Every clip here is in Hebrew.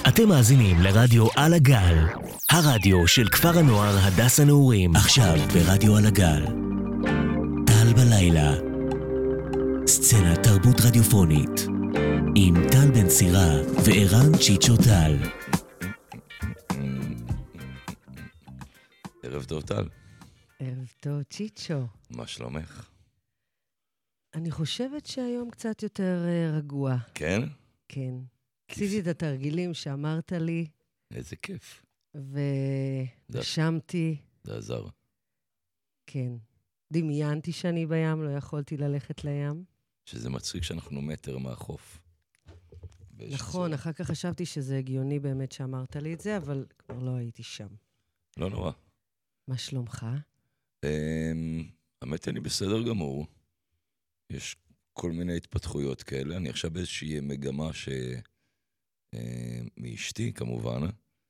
אתם מאזינים לרדיו על הגל, הרדיו של כפר הנוער הדס הנעורים. עכשיו ברדיו על הגל, טל בלילה, סצנת תרבות רדיופונית, עם טל בן סירה וערן צ'יצ'ו טל. ערב טוב טל. ערב טוב צ'יצ'ו. מה שלומך? אני חושבת שהיום קצת יותר רגוע. כן? כן. עשיתי את התרגילים שאמרת לי. איזה כיף. ונשמתי. זה עזר. כן. דמיינתי שאני בים, לא יכולתי ללכת לים. שזה מצחיק שאנחנו מטר מהחוף. נכון, אחר כך חשבתי שזה הגיוני באמת שאמרת לי את זה, אבל כבר לא הייתי שם. לא נורא. מה שלומך? האמת אני בסדר גמור. יש כל מיני התפתחויות כאלה. אני עכשיו באיזושהי מגמה מאשתי כמובן,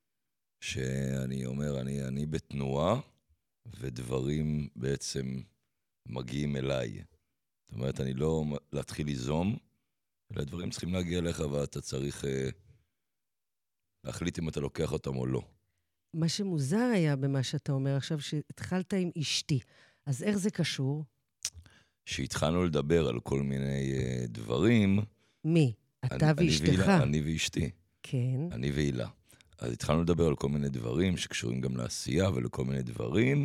שאני אומר, אני בתנועה, ודברים בעצם מגיעים אליי. זאת אומרת, אני לא להתחיל ליזום, אלא דברים צריכים להגיע אליך, ואתה צריך להחליט אם אתה לוקח אותם או לא. מה שמוזר היה במה שאתה אומר עכשיו, שהתחלת עם אשתי. אז איך זה קשור? שהתחלנו לדבר על כל מיני דברים. מי? אתה ואשתך? אני ואשתי. כן. אני והילה. אז התחלנו לדבר על כל מיני דברים שקשורים גם לעשייה ולכל מיני דברים,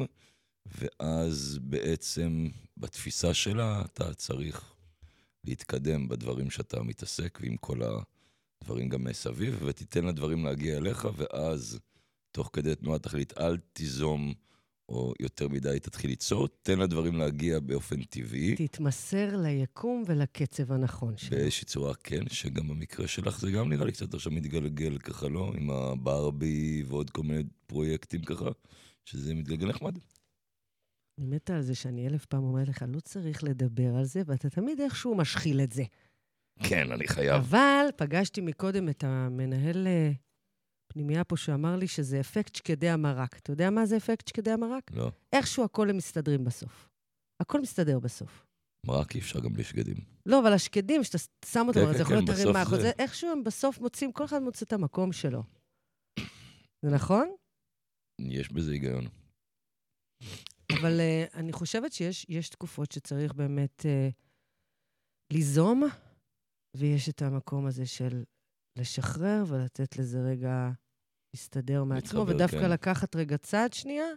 ואז בעצם בתפיסה שלה אתה צריך להתקדם בדברים שאתה מתעסק, ועם כל הדברים גם מסביב, ותיתן לדברים להגיע אליך, ואז תוך כדי תנועה תחליט, אל תיזום או יותר מדי תתחיל ליצור, תן לדברים להגיע באופן טבעי. תתמסר ליקום ולקצב הנכון שלו. באיזושהי צורה, כן, שגם במקרה שלך זה גם נראה לי קצת עכשיו מתגלגל ככה, לא? עם הברבי ועוד כל מיני פרויקטים ככה, שזה מתגלגל נחמד. אני מתה על זה שאני 1000 פעם אומרת לך, לא צריך לדבר על זה, ואתה תמיד איכשהו משחיל את זה. כן, אני חייב. אבל פגשתי מקודם את המנהל פנימיה פה שאמר לי שזה אפקט שקדי המרק. אתה יודע מה זה אפקט שקדי המרק? לא. איכשהו הכל הם מסתדרים בסוף. הכל מסתדר בסוף. מרק אי אפשר גם בלי שקדים. לא, אבל השקדים, שאתה שם אותם, זה יכול להיות הרי מה, זה... איכשהו הם בסוף מוצאים, כל אחד מוצא את המקום שלו. זה נכון? יש בזה היגיון. אבל אני חושבת שיש תקופות שצריך באמת ליזום, ויש את המקום הזה של לשחרר ולתת לזה רגע להסתדר מעצמו, מתחבר, ודווקא כן. לקחת רגע צעד שנייה.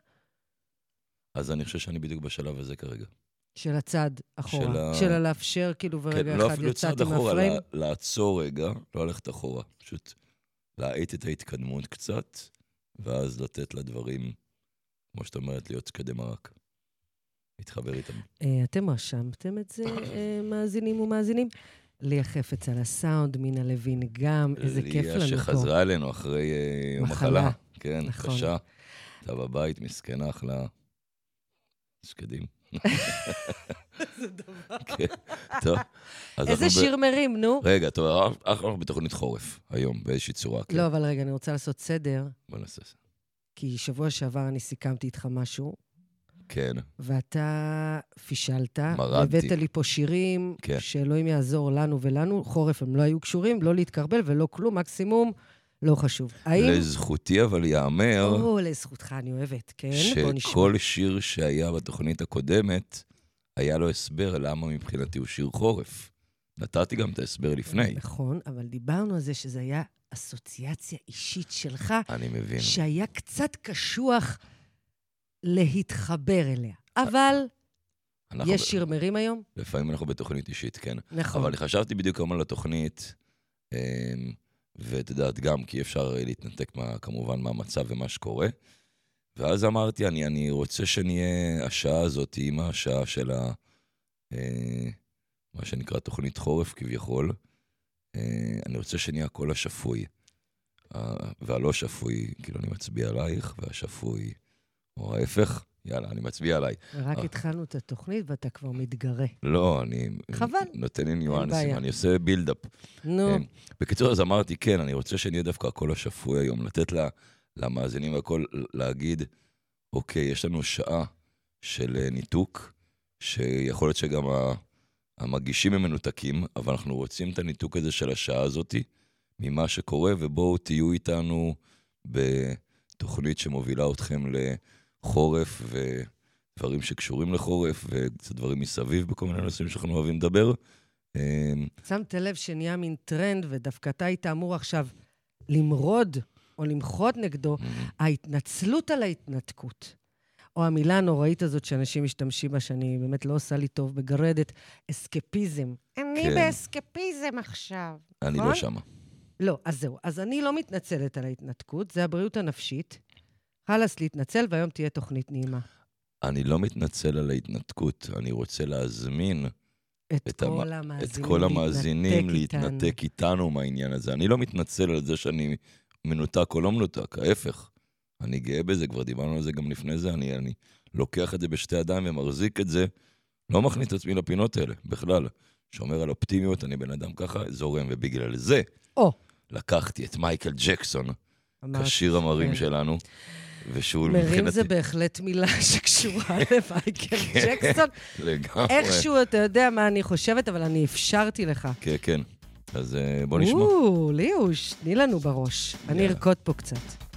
אז אני חושב שאני בדיוק בשלב הזה כרגע. של הצד אחורה. של לאפשר כאילו ורגע כן, לא אחד אפילו צעד יצאתי אחורה, מהפריים. לעצור רגע, לא ללכת אחורה. פשוט להאט את ההתקדמות קצת, ואז לתת לדברים, כמו שאת אומרת, להיות שקדי מרק. להתחבר איתם. אתם רשמתם את זה, מאזינים ומאזינים? ליה חפץ על הסאונד, מינה לוין גם, איזה כיף לנו פה. ליה שחזרה אלינו אחרי מחלה. כן, נכון. קשה. אתה בבית, מסכנה, אכלה שקדים. איזה דבר. כן, טוב. איזה שיר מרים, נו. רגע, טוב, אנחנו בתוכנית חורף, היום, באיזושהי צורה. לא, אבל רגע, אני רוצה לעשות סדר. בוא נעשה זה. כי שבוע שעבר אני סיכמתי איתך משהו. כן. ואתה פישלת. מרדתי. הבאת לי פה שירים, כן. שאלוהים יעזור לנו ולנו. חורף הם לא היו קשורים, לא להתקרבל ולא כלום, מקסימום, לא חשוב. לזכותי, אבל יאמר... לזכותך, אני אוהבת, כן? בוא נשמע. שכל שיר שהיה בתוכנית הקודמת, היה לו הסבר למה מבחינתי הוא שיר חורף. נתתי גם את ההסבר לפני. נכון, אבל דיברנו על זה שזה היה אסוציאציה אישית שלך. אני מבין. שהיה קצת קשוח להתחבר אליה. אבל יש שיר מרים היום? לפעמים אנחנו בתוכנית אישית, כן. נכון. אבל אני חשבתי בדיוק על התוכנית, ואת יודעת גם, כי אפשר להתנתק כמובן מהמצב ומה שקורה. ואז אמרתי, אני רוצה שנהיה השעה הזאת, עם השעה של מה שנקרא תוכנית חורף כביכול. אני רוצה שנהיה הכל השפוי. והלא שפוי, כאילו אני מצביע עלייך, והשפוי, או ההפך, יאללה, אני מצביע עליי. רק התחלנו את התוכנית ואתה כבר מתגרה. לא, אני... חבל. נותן לי ניואנסים, אני עושה בילדאפ. נו. בקיצור, אז אמרתי, כן, אני רוצה שנהיה דווקא הכל השפוי היום, לתת למאזינים והכל להגיד, אוקיי, יש לנו שעה של ניתוק, שיכול להיות שגם המגישים הם מנותקים, אבל אנחנו רוצים את הניתוק הזה של השעה הזאת, ממה שקורה, ובואו תהיו איתנו בתוכנית שמובילה אתכם לחורף ודברים שקשורים לחורף, וקצת דברים מסביב בכל מיני נושאים שאנחנו אוהבים לדבר. שמת לב שנהיה מין טרנד, ודווקא אתה היית אמור עכשיו למרוד או למחות נגדו, ההתנצלות על ההתנתקות. או המילה הנוראית הזאת שאנשים משתמשים בה, שאני באמת לא עושה לי טוב, בגרדת, אסקפיזם. אני באסקפיזם עכשיו. אני לא שמה. לא, אז זהו. אז אני לא מתנצלת על ההתנתקות, זה הבריאות הנפשית. חלס להתנצל, והיום תהיה תוכנית נעימה. אני לא מתנצל על ההתנתקות, אני רוצה להזמין את כל המאזינים להתנתק איתנו מהעניין הזה. אני לא מתנצל על זה שאני מנותק או לא מנותק, ההפך. אני גאה בזה, כבר דיברנו על זה גם לפני זה, אני לוקח את זה בשתי ידיים ומחזיק את זה, לא מכניס את עצמי לפינות האלה, בכלל. שומר על אופטימיות, אני בן אדם ככה, זורם, ובגלל זה לקחתי את מייקל ג'קסון, כשיר המרים שלנו, ושהוא מרים זה בהחלט מילה שקשורה למייקל ג'קסון. לגמרי. איכשהו אתה יודע מה אני חושבת, אבל אני אפשרתי לך. כן, כן. אז בוא נשמע. ליאוש, תני לנו בראש. אני ארקוד פה קצת.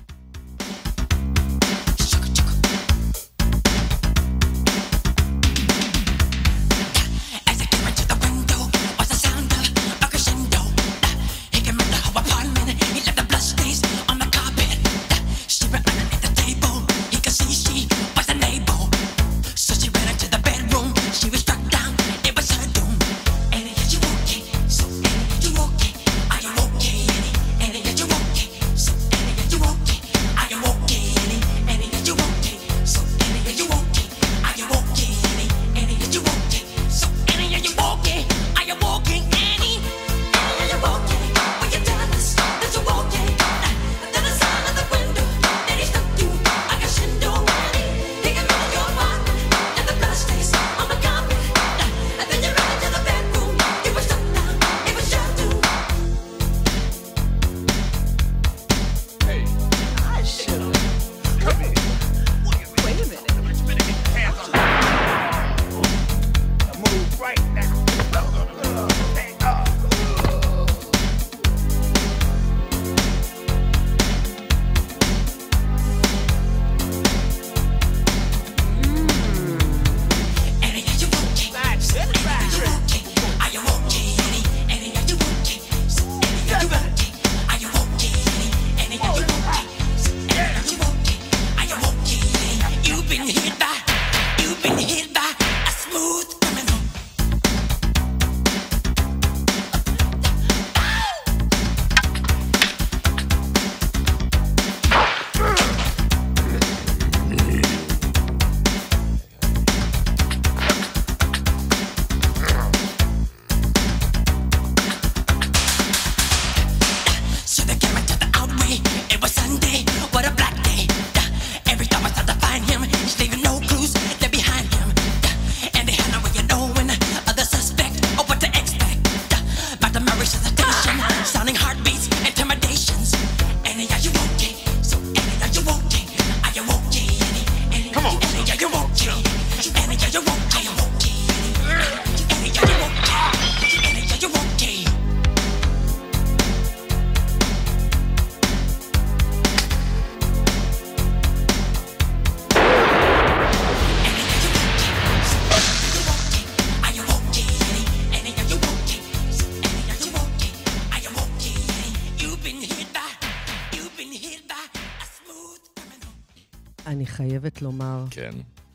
אני חייבת לומר, כן.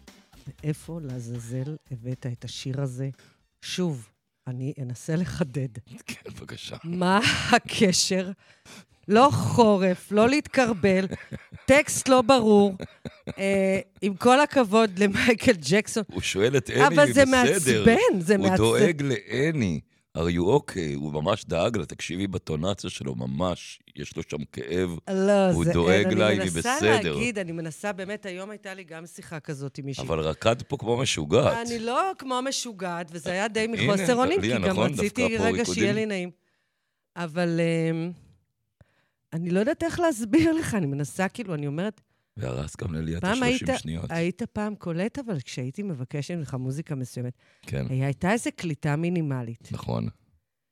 מאיפה לעזאזל הבאת את השיר הזה? שוב, אני אנסה לחדד. כן, בבקשה. מה הקשר? לא חורף, לא להתקרבל, טקסט לא ברור, עם כל הכבוד למייקל ג'קסון. הוא שואל את אני, אבל זה מעצבן, זה מעצבן. הוא דואג לאני. are you okay? הוא ממש דאג לה, תקשיבי בטונציה שלו, ממש, יש לו שם כאב. לא, הוא דואג לה, היא בסדר. אני מנסה, באמת, היום הייתה לי גם שיחה כזאת עם מישהי. אבל רקד פה כמו משוגעת. אני לא כמו משוגעת, וזה היה די מחוסר אונים, כי גם רציתי רגע שיהיה לי נעים. אבל אני לא יודעת איך להסביר לך, אני מנסה, כאילו, אני אומרת... והרס גם לליאת 30 שניות. היית פעם קולט, אבל כשהייתי מבקשת ממך מוזיקה מסוימת, כן. הייתה איזו קליטה מינימלית. נכון.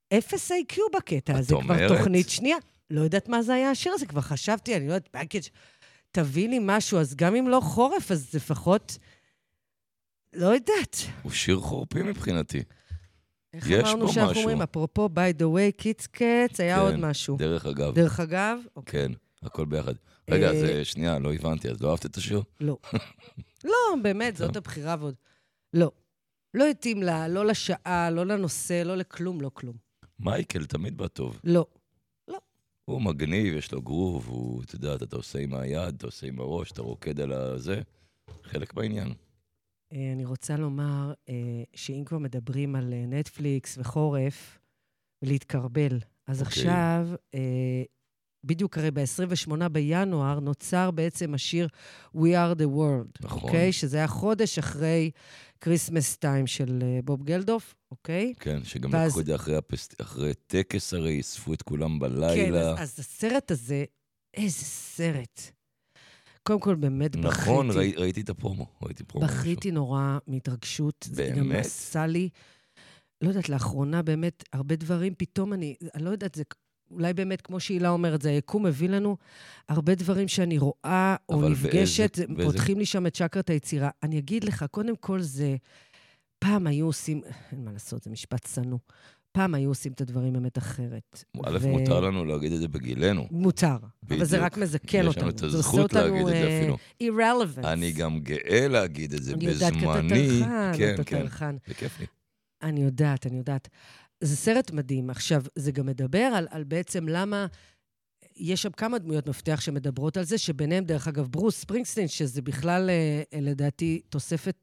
אפס IQ בקטע הזה, כבר תוכנית שנייה. לא יודעת מה זה היה השיר הזה, כבר חשבתי, אני לא יודעת, פאקג' תביא לי משהו, אז גם אם לא חורף, אז לפחות, לא יודעת. הוא שיר חורפי מבחינתי. איך אמרנו שאנחנו אומרים, אפרופו, by the way, קיץ, היה עוד משהו. דרך אגב. דרך אגב? כן, הכל ביחד. רגע, זה שנייה, לא הבנתי, אז לא אהבת את השיר? לא. לא, באמת, זאת הבחירה ועוד. לא. לא התאים לה, לא לשעה, לא לנושא, לא לכלום, לא כלום. מייקל תמיד בא טוב. לא. הוא מגניב, יש לו גרוב, הוא, אתה יודע, אתה עושה עם היד, אתה עושה עם הראש, אתה רוקד על הזה, חלק בעניין. אני רוצה לומר שאם כבר מדברים על נטפליקס וחורף, להתקרבל, אז עכשיו, בדיוק הרי ב-28 בינואר, נוצר בעצם השיר We Are the World, נכון. אוקיי? שזה היה חודש אחרי Christmas Time של בוב גלדוף, אוקיי? כן, שגם לקחו את זה אחרי טקס הרי, אספו את כולם בלילה. כן, אז הסרט הזה, איזה סרט. קודם כל, באמת בכיתי. נכון, ראיתי את הפרומו. בכיתי נורא מהתרגשות. זה גם עשה לי, לא יודעת, לאחרונה באמת, הרבה דברים, פתאום אני לא יודעת, זה אולי באמת, כמו שאילה אומרת, זה היקום מביא לנו הרבה דברים שאני רואה או נפגשת, פותחים לי שם את שקרת היצירה. אני אגיד לך, קודם כל זה, פעם היו עושים, אין מה לעשות, זה משפט סנו, פעם היו עושים את הדברים באמת אחרת. א', מותר לנו להגיד את זה בגילנו. מותר, אבל זה רק מזכן אותנו. יש לנו את הזכות להגיד את זה אפילו. irrelevance. אני גם גאה להגיד את זה בזמני. אני יודעת, כן, אתה תלחן. זה כיף לי. אני יודעת. זה סרט מדהים. עכשיו, זה גם מדבר על בעצם למה יש שם כמה דמויות מפתח שמדברות על זה, שביניהם, דרך אגב, ברוס ספרינגסטין, שזה בכלל, לדעתי, תוספת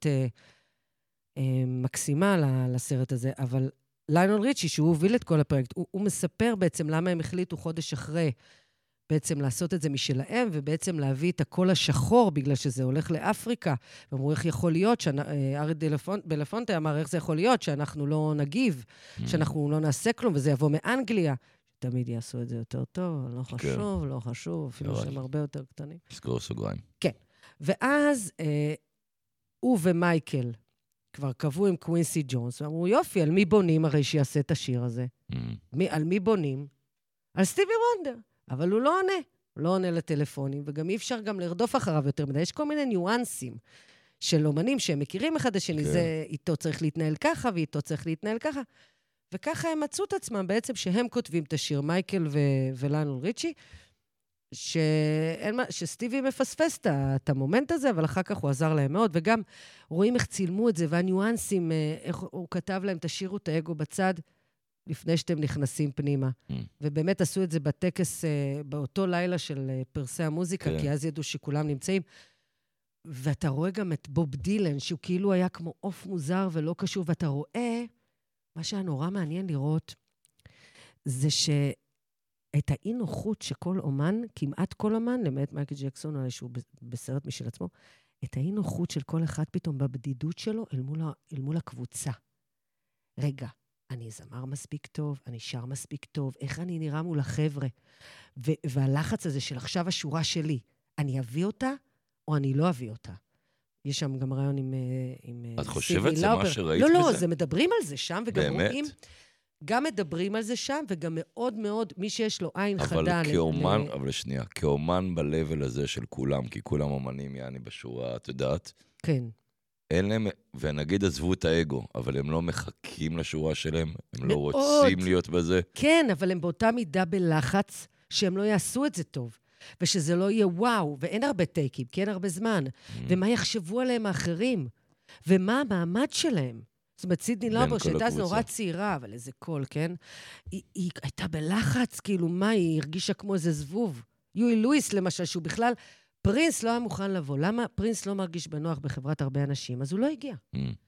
מקסימה לסרט הזה, אבל ליונל ריצ'י, שהוא הוביל את כל הפרויקט, הוא מספר בעצם למה הם החליטו חודש אחרי בעצם לעשות את זה משלהם, ובעצם להביא את הקול השחור, בגלל שזה הולך לאפריקה. ואמרו, איך יכול להיות, ארי בלפונטה אמר, איך זה יכול להיות, שאנחנו לא נגיב, שאנחנו לא נעשה כלום, וזה יבוא מאנגליה. תמיד יעשו את זה יותר טוב, לא חשוב, אפילו שהם הרבה יותר קטנים. סגור סוגריים. כן. ואז הוא ומייקל כבר קבעו עם קווינסי ג'ונס, ואמרו, יופי, על מי בונים הרי שיעשה את השיר הזה? על מי בונים? על סטיבי וונדר. אבל הוא לא עונה לטלפונים, וגם אי אפשר גם לרדוף אחריו יותר מדי. יש כל מיני ניואנסים של אומנים שהם מכירים אחד השני, זה איתו צריך להתנהל ככה, ואיתו צריך להתנהל ככה. וככה הם מצאו את עצמם בעצם שהם כותבים את השיר, מייקל וליונל ריצ'י, שסטיבי מפספס את המומנט הזה, אבל אחר כך הוא עזר להם מאוד, וגם רואים איך צילמו את זה, והניואנסים, איך הוא כתב להם, תשאירו את האגו בצד, לפני שאתם נכנסים פנימה. ובאמת עשו את זה בטקס, באותו לילה של פרסי המוזיקה, כי אז ידעו שכולם נמצאים. ואתה רואה גם את בוב דילן, שהוא כאילו היה כמו עוף מוזר ולא קשור, ואתה רואה, מה שהיה נורא מעניין לראות, זה שאת האי-נוחות שכל אומן, כמעט כל אומן, למעט מייקל ג'קסון, אולי שהוא בסרט משל עצמו, את האי-נוחות של כל אחד פתאום בבדידות שלו אל מול הקבוצה. רגע, אני זמר מספיק טוב, אני שר מספיק טוב, איך אני נראה מול החבר'ה? והלחץ הזה של עכשיו השורה שלי, אני אביא אותה או אני לא אביא אותה? יש שם גם רעיון עם את חושבת זה מה שראית בזה? לא, זה מדברים על זה שם, וגם רואים, גם מדברים על זה שם, וגם מאוד מאוד, מי שיש לו עין חדה... אבל שנייה, כאומן בלבל הזה של כולם, כי כולם אומנים יעני בשורה, את יודעת? כן. אין להם, ונגיד עזבו את האגו, אבל הם לא מחכים לשורה שלהם, הם לא רוצים להיות בזה. כן, אבל הם באותה מידה בלחץ, שהם לא יעשו את זה טוב, ושזה לא יהיה וואו, ואין הרבה טייקים, כי אין הרבה זמן, ומה יחשבו עליהם האחרים, ומה המעמד שלהם. זאת אומרת, סידני לאובר, שהייתה אז נורא צעירה, אבל איזה קול, כן? היא הייתה בלחץ, כאילו, מה, היא הרגישה כמו איזה זבוב. יואי לואיס, למשל, שהוא בכלל... פרינס לא היה מוכן לבוא. למה פרינס לא מרגיש בנוח בחברת הרבה אנשים? אז הוא לא הגיע.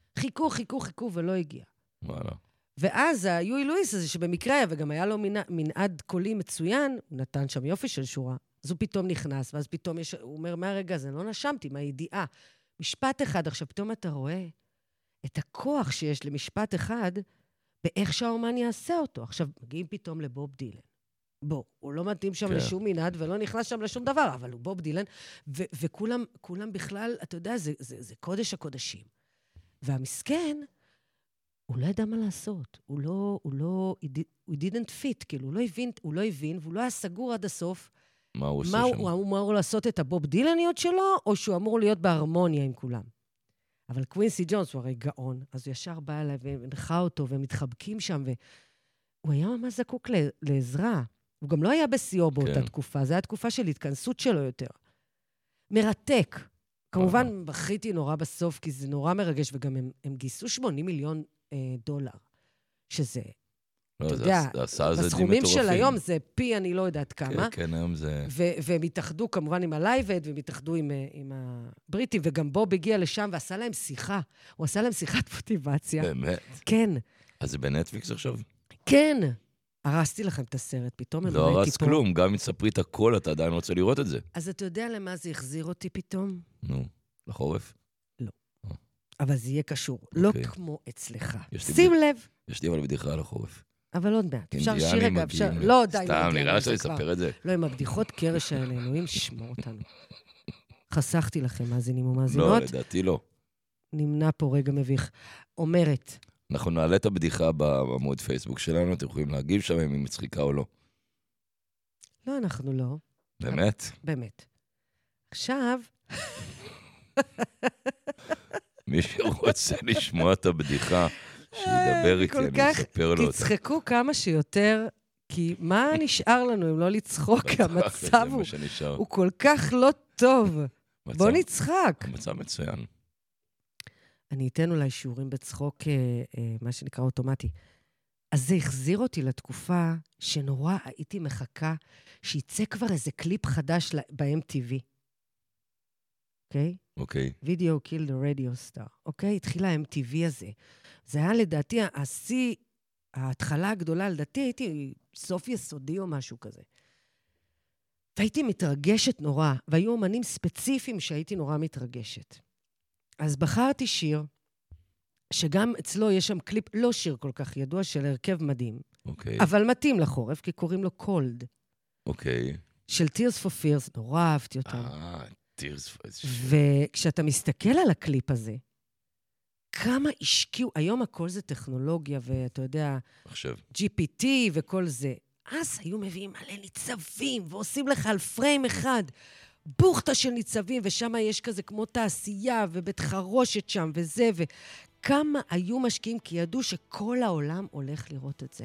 חיכו, ולא הגיע. וואלה. ואז היואי לואיס הזה, שבמקרה היה, וגם היה לו מנעד קולי מצוין, הוא נתן שם יופי של שורה, אז הוא פתאום נכנס, ואז פתאום הוא אומר, מהרגע הזה, לא נשמתי, מהידיעה. משפט אחד, עכשיו פתאום אתה רואה את הכוח שיש למשפט אחד, באיך שהאומן יעשה אותו. עכשיו, מגיעים פתאום לבוב דילן. הוא לא מתאים שם לשום מנעד, ולא נכנס שם לשום דבר, אבל הוא בוב דילן, וכולם בכלל, אתה יודע, זה קודש הקודשים. והמסכן, הוא לא ידע מה לעשות. הוא didn't fit, כאילו, הוא לא הבין, והוא לא היה סגור עד הסוף. מה הוא עושה שם? הוא אמור לעשות את הבוב דילניות שלו, או שהוא אמור להיות בהרמוניה עם כולם. אבל קווינסי ג'ונס הוא הרי גאון, אז הוא ישר בא אליי והנחה אותו, והם מתחבקים שם, והוא היה ממש זקוק לעזרה. הוא גם לא היה בשיאו באותה תקופה, זו הייתה תקופה של התכנסות שלו יותר. מרתק. כמובן, בכיתי נורא בסוף, כי זה נורא מרגש, וגם הם גייסו $80 מיליון, שזה, אתה יודע, בסכומים של היום זה פי, אני לא יודעת כמה. כן, היום זה... והם התאחדו כמובן עם הלייבד, והם התאחדו עם הבריטים, וגם בוב הגיע לשם ועשה להם שיחה. הוא עשה להם שיחת מוטיבציה. באמת? כן. אז זה בנטפליקס עכשיו? כן. הרסתי לכם את הסרט, פתאום הם לא הרס כלום, גם אם תספרי את הכל, אתה עדיין רוצה לראות את זה. אז אתה יודע למה זה החזיר אותי פתאום? נו, לחורף? לא. אבל זה יהיה קשור. לא כמו אצלך. שים לב. יש לי אבל בדיחה על החורף. אבל עוד מעט. אפשר שיר רגע, אפשר... לא, די. סתם, נראה לי שאני אספר את זה. לא, עם הבדיחות קרש האלה, אלוהים, שמור אותנו. חסכתי לכם, מאזינים ומאזינות. לא, לדעתי לא. נמנע פה רגע מביך. אומרת. אנחנו נעלה את הבדיחה בעמוד פייסבוק שלנו, אתם יכולים להגיב שם אם היא מצחיקה או לא. לא, אנחנו לא. באמת? באמת. עכשיו... מי שרוצה לשמוע את הבדיחה, שידבר איתי, אני אספר לו אותה. תצחקו כמה שיותר, כי מה נשאר לנו אם לא לצחוק? המצב הוא כל כך לא טוב. בוא נצחק. המצב מצוין. אני אתן אולי שיעורים בצחוק, מה שנקרא אוטומטי. אז זה החזיר אותי לתקופה שנורא הייתי מחכה שיצא כבר איזה קליפ חדש ב-MTV. אוקיי? אוקיי. Video Killed the Radio Star. אוקיי? התחיל ה-MTV הזה. זה היה לדעתי השיא, ההתחלה הגדולה, לדעתי הייתי סוף יסודי או משהו כזה. והייתי מתרגשת נורא, והיו אומנים ספציפיים שהייתי נורא מתרגשת. אז בחרתי שיר, שגם אצלו יש שם קליפ, לא שיר כל כך ידוע, של הרכב מדהים. אוקיי. אבל מתאים לחורף, כי קוראים לו Cold. אוקיי. של Tears for Fears, נורא אהבתי אותם. Tears for Fears. וכשאתה מסתכל על הקליפ הזה, כמה השקיעו, היום הכל זה טכנולוגיה, ואתה יודע, עכשיו. GPT וכל זה. אז היו מביאים מלא ניצבים, ועושים לך על פריים אחד, בוכתה של ניצבים, ושם יש כזה כמו תעשייה, ובית חרושת שם, וזה, וכמה היו משקיעים, כי ידעו שכל העולם הולך לראות את זה.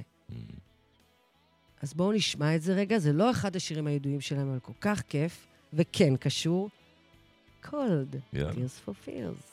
אז בואו נשמע את זה רגע, זה לא אחד השירים הידועים שלהם, אבל כל כך כיף, וכן קשור, Cold, Tears for Fears.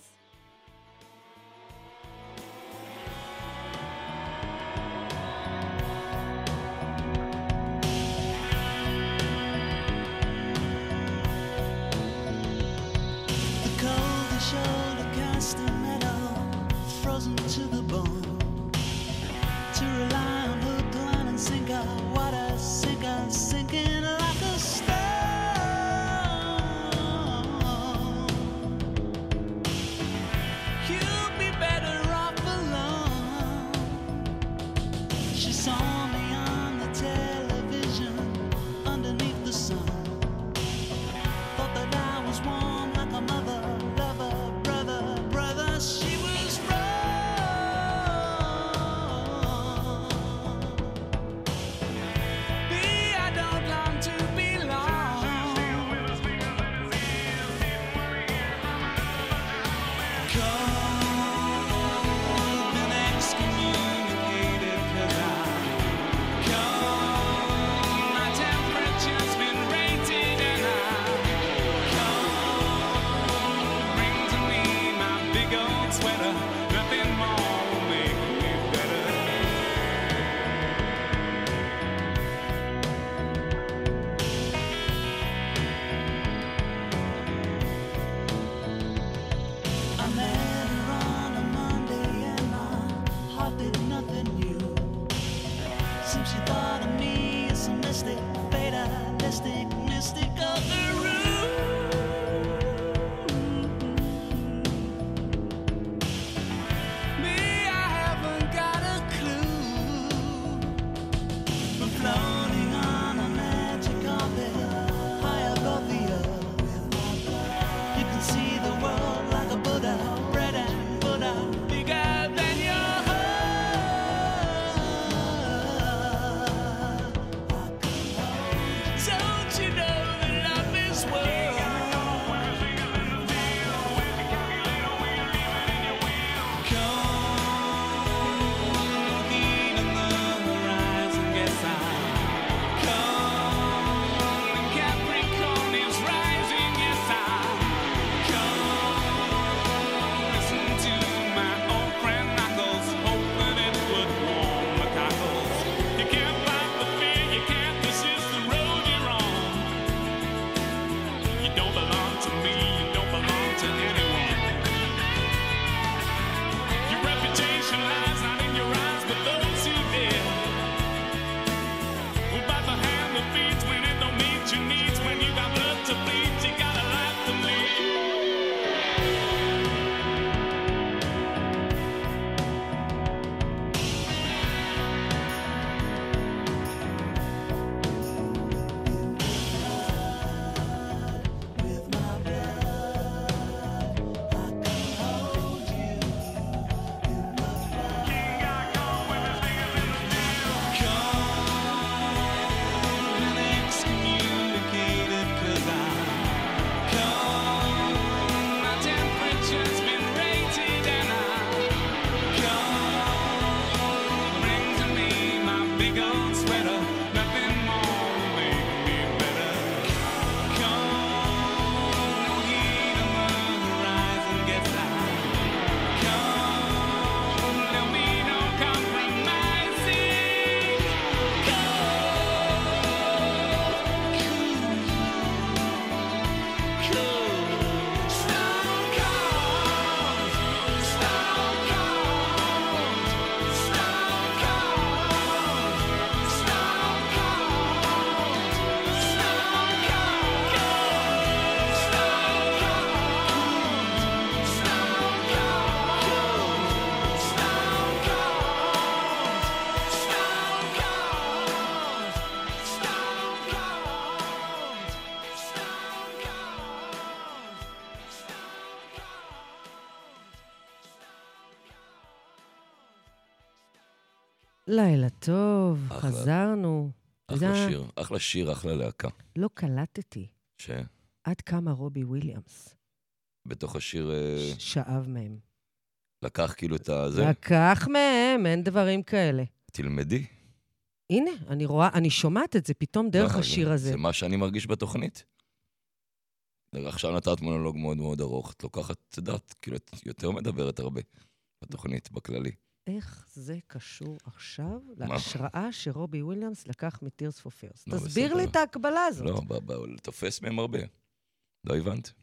לילה טוב, אחלה. חזרנו. אחלה שיר, אחלה להקה. לא קלטתי. ש? עד כמה רובי וויליאמס. בתוך השיר... שאב מהם. לקח כאילו את הזה? לקח מהם, אין דברים כאלה. תלמדי. הנה, אני רואה, אני שומעת את זה פתאום דרך השיר הזה. זה מה שאני מרגיש בתוכנית. עכשיו נתת מונולוג מאוד מאוד ארוך. את לוקחת, את יודעת, כאילו, את יותר מדברת הרבה בתוכנית, בכללי. איך זה קשור עכשיו להשראה שרובי וויליאמס לקח מ-Tears for Fears? תסביר בסדר. לי את ההקבלה הזאת. לא, תופס מהם הרבה. לא הבנת.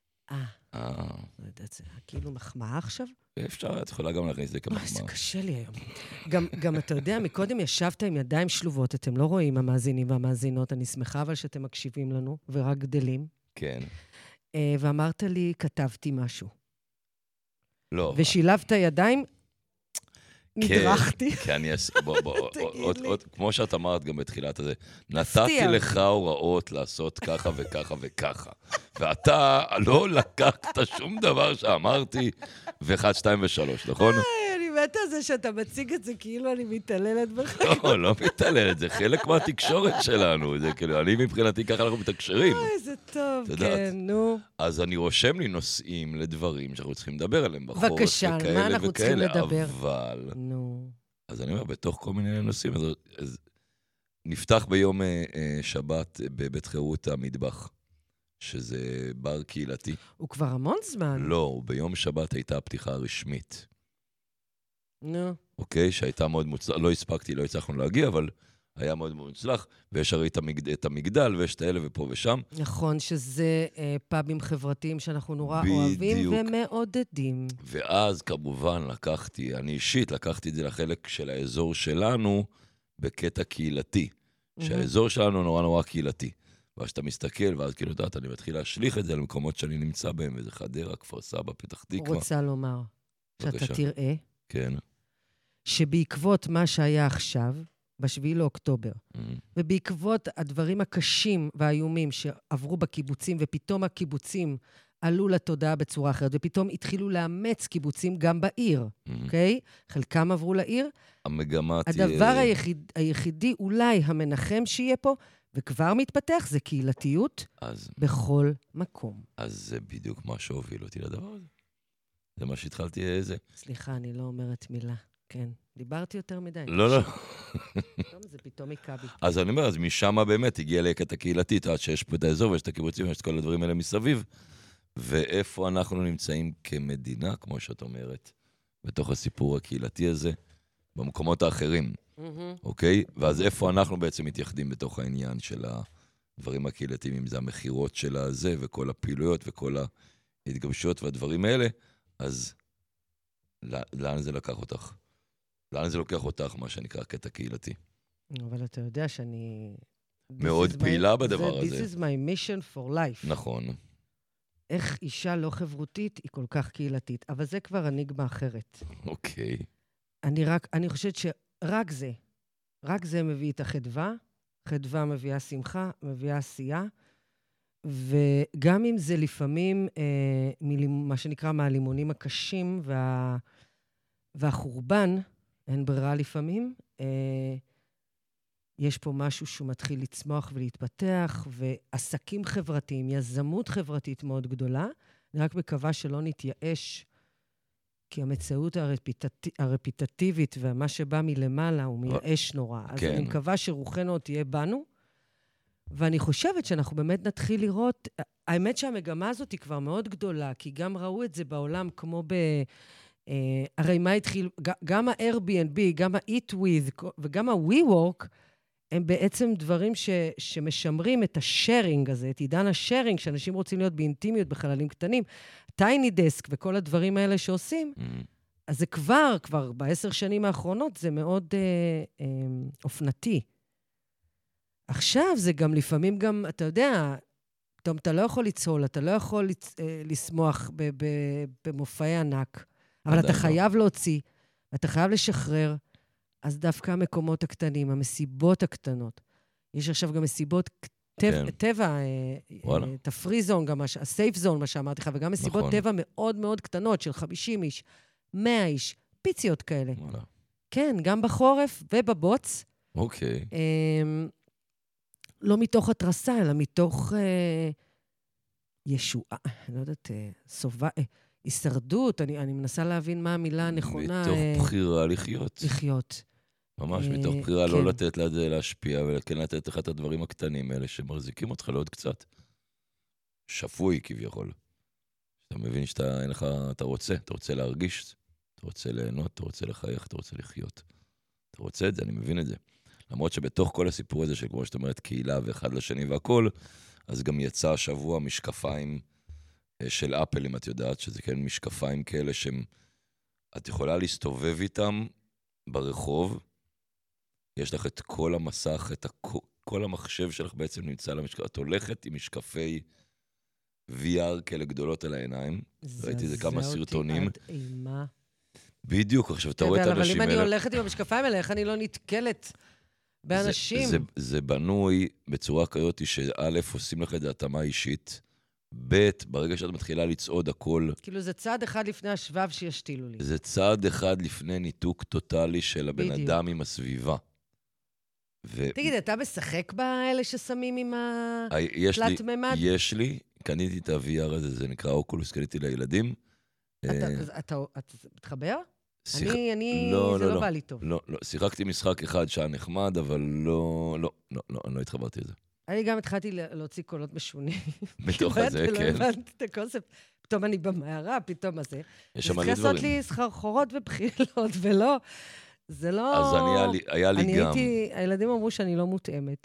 זה כאילו מחמאה עכשיו? אפשר, את יכולה גם להכניס את זה כמחמאה. זה קשה לי היום. גם אתה יודע, מקודם ישבת עם ידיים שלובות, אתם לא רואים המאזינים והמאזינות, אני שמחה אבל שאתם מקשיבים לנו, ורק גדלים. כן. ואמרת לי, כתבתי משהו. לא. ושילבת ידיים, נדרכתי. כן, כמו שאת אמרת גם בתחילת הזה, נתתי לך הוראות לעשות ככה וככה וככה. ואתה לא לקחת שום דבר שאמרתי, ו1, 2 ו3, נכון? אני מתה על זה שאתה מציג את זה כאילו אני מתעללת בך. לא מתעללת, זה חלק מהתקשורת שלנו. זה כאילו, אני מבחינתי ככה אנחנו מתקשרים. זה טוב, כן, נו. אז אני רושם לי נושאים לדברים שאנחנו צריכים לדבר עליהם בחורף. בבקשה, מה אנחנו צריכים לדבר? אבל... נו. אז אני אומר, בתוך כל מיני נושאים, אז נפתח ביום שבת בבית חירות המטבח, שזה בר קהילתי. הוא כבר המון זמן. לא, ביום שבת הייתה הפתיחה הרשמית. נו. אוקיי, שהייתה מאוד מוצלח, לא הספקתי, לא הצלחנו להגיע, אבל היה מאוד מוצלח, ויש הרי את המגדל, ויש את האלה ופה ושם. נכון, שזה פאבים חברתיים שאנחנו נורא אוהבים ומעודדים. ואז כמובן אני אישית לקחתי את זה לחלק של האזור שלנו, בקטע קהילתי. שהאזור שלנו נורא נורא קהילתי. ואז שאתה מסתכל, ואז כאילו, אני מתחיל להשליך את זה למקומות שאני נמצא בהם, וזה חדרה, כפר סבא, פתח תקווה. רוצה לומר, שאתה תראה, כן. שבעקבות מה שהיה עכשיו, ב7 לאוקטובר, ובעקבות הדברים הקשים והאיומים שעברו בקיבוצים, ופתאום הקיבוצים עלו לתודעה בצורה אחרת, ופתאום התחילו לאמץ קיבוצים גם בעיר, אוקיי? חלקם עברו לעיר. המגמה תהיה... הדבר היחידי, אולי המנחם שיהיה פה, וכבר מתפתח, זה קהילתיות בכל מקום. אז זה בדיוק מה שהוביל אותי לדבר הזה. זה מה שהתחלתי איזה. סליחה, אני לא אומרת מילה. כן, דיברתי יותר מדי. לא. זה פתאום היכה בי. אז אני אומר, אז משם באמת הגיע לקטע הקהילתית, עד שיש פה את האזור ויש את הקיבוצים ויש את כל הדברים האלה מסביב. ואיפה אנחנו נמצאים כמדינה, כמו שאת אומרת, בתוך הסיפור הקהילתי הזה, במקומות האחרים. אוקיי? ואז איפה אנחנו בעצם מתייחדים בתוך העניין של הדברים הקהילתיים, אם זה המחירות של הזה וכל הפעילויות וכל ההתגבשויות והדברים האלה, אז לאן זה לקח אותך? לאן זה לוקח אותך, מה שנקרא קטע קהילתי? אבל אתה יודע שאני... מאוד פעילה בדבר הזה. This is my mission for life. נכון. איך אישה לא חברותית היא כל כך קהילתית, אבל זה כבר אניגמה אחרת. אוקיי. אני חושבת רק זה מביא את החדווה, חדווה מביאה שמחה, מביאה עשייה, וגם אם זה לפעמים, מה שנקרא מהלימונים הקשים והחורבן, אין ברירה לפעמים, יש פה משהו שהוא מתחיל לצמוח ולהתפתח, ועסקים חברתיים, יזמות חברתית מאוד גדולה. אני רק מקווה שלא נתייאש, כי המציאות הרפיטטיבית ומה שבא מלמעלה הוא מייאש נורא. אז אני מקווה שרוחנו עוד תהיה בנו, ואני חושבת שאנחנו באמת נתחיל לראות, האמת שהמגמה הזאת היא כבר מאוד גדולה, כי גם ראו את זה בעולם כמו הרי מה התחיל, גם ה-Airbnb, גם ה-Eat With וגם ה-WeWork, הם בעצם דברים שמשמרים את השארינג הזה, את עידן השארינג, שאנשים רוצים להיות באינטימיות בחללים קטנים, טייני דסק וכל הדברים האלה שעושים, אז זה כבר ב10 שנים האחרונות, זה מאוד אופנתי. עכשיו זה גם לפעמים גם, אתה יודע, פתאום אתה לא יכול לצהול, אתה לא יכול לשמוח במופעי ענק, אבל אתה חייב להוציא, אתה חייב לשחרר, אז דווקא המקומות הקטנים, המסיבות הקטנות. יש עכשיו גם מסיבות טבע, את הפריזון, גם הסייף זון, מה שאמרתי לך, וגם מסיבות טבע מאוד מאוד קטנות, של 50 איש, 100 איש, פיציות כאלה. כן, גם בחורף ובבוץ. אוקיי. לא מתוך התרסה, אלא מתוך ישועה, אני לא יודעת, הישרדות, אני מנסה להבין מה המילה הנכונה. מתוך בחירה לחיות. לחיות. ממש, מתוך בחירה לא לתת לזה להשפיע, וכן לתת לך את הדברים הקטנים האלה שמחזיקים אותך לעוד קצת. שפוי כביכול. אתה מבין שאתה אין לך, אתה רוצה להרגיש, אתה רוצה ליהנות, אתה רוצה לחייך, אתה רוצה לחיות. אתה רוצה את זה, אני מבין את זה. למרות שבתוך כל הסיפור הזה, שכמו שאת אומרת, קהילה ואחד לשני והכל, אז גם יצא השבוע משקפיים של אפל, אם את יודעת, שזה כן משקפיים כאלה שהם, את יכולה להסתובב איתם ברחוב, יש לך את כל המסך, כל המחשב שלך בעצם נמצא למשקף, את הולכת עם משקפי VR כאלה גדולות על העיניים, ראיתי זה כמה סרטונים. בדיוק, עכשיו אתה רואה את האנשים האלה. אבל אם אני הולכת עם המשקפיים האלה, איך אני לא נתקלת באנשים? זה בנוי בצורה כזאת שא' עושים לך את התאמה אישית, ב' ברגע שאת מתחילה לצעוד הכל. כאילו זה צעד אחד לפני השבב שישתילו לי. זה צעד אחד לפני ניתוק טוטלי של הבן אדם עם הסביבה. תגיד, אתה משחק באלה ששמים עם התלת ממד? יש לי, קניתי את ה-VR הזה, זה נקרא אוקולוס, קניתי לילדים. אתה מתחבר? זה לא בא לי טוב. לא, שיחקתי משחק אחד שהיה נחמד, אבל לא התחברתי לזה. אני גם התחלתי להוציא קולות משונים. בתוך הזה, כן. לא הבנתי את הקונספט. פתאום אני במערה, פתאום הזה. יש שם מלא דברים. לעשות לי סחרחורות ובחילות, ולא, זה לא... אז היה לי גם... הילדים אמרו שאני לא מותאמת.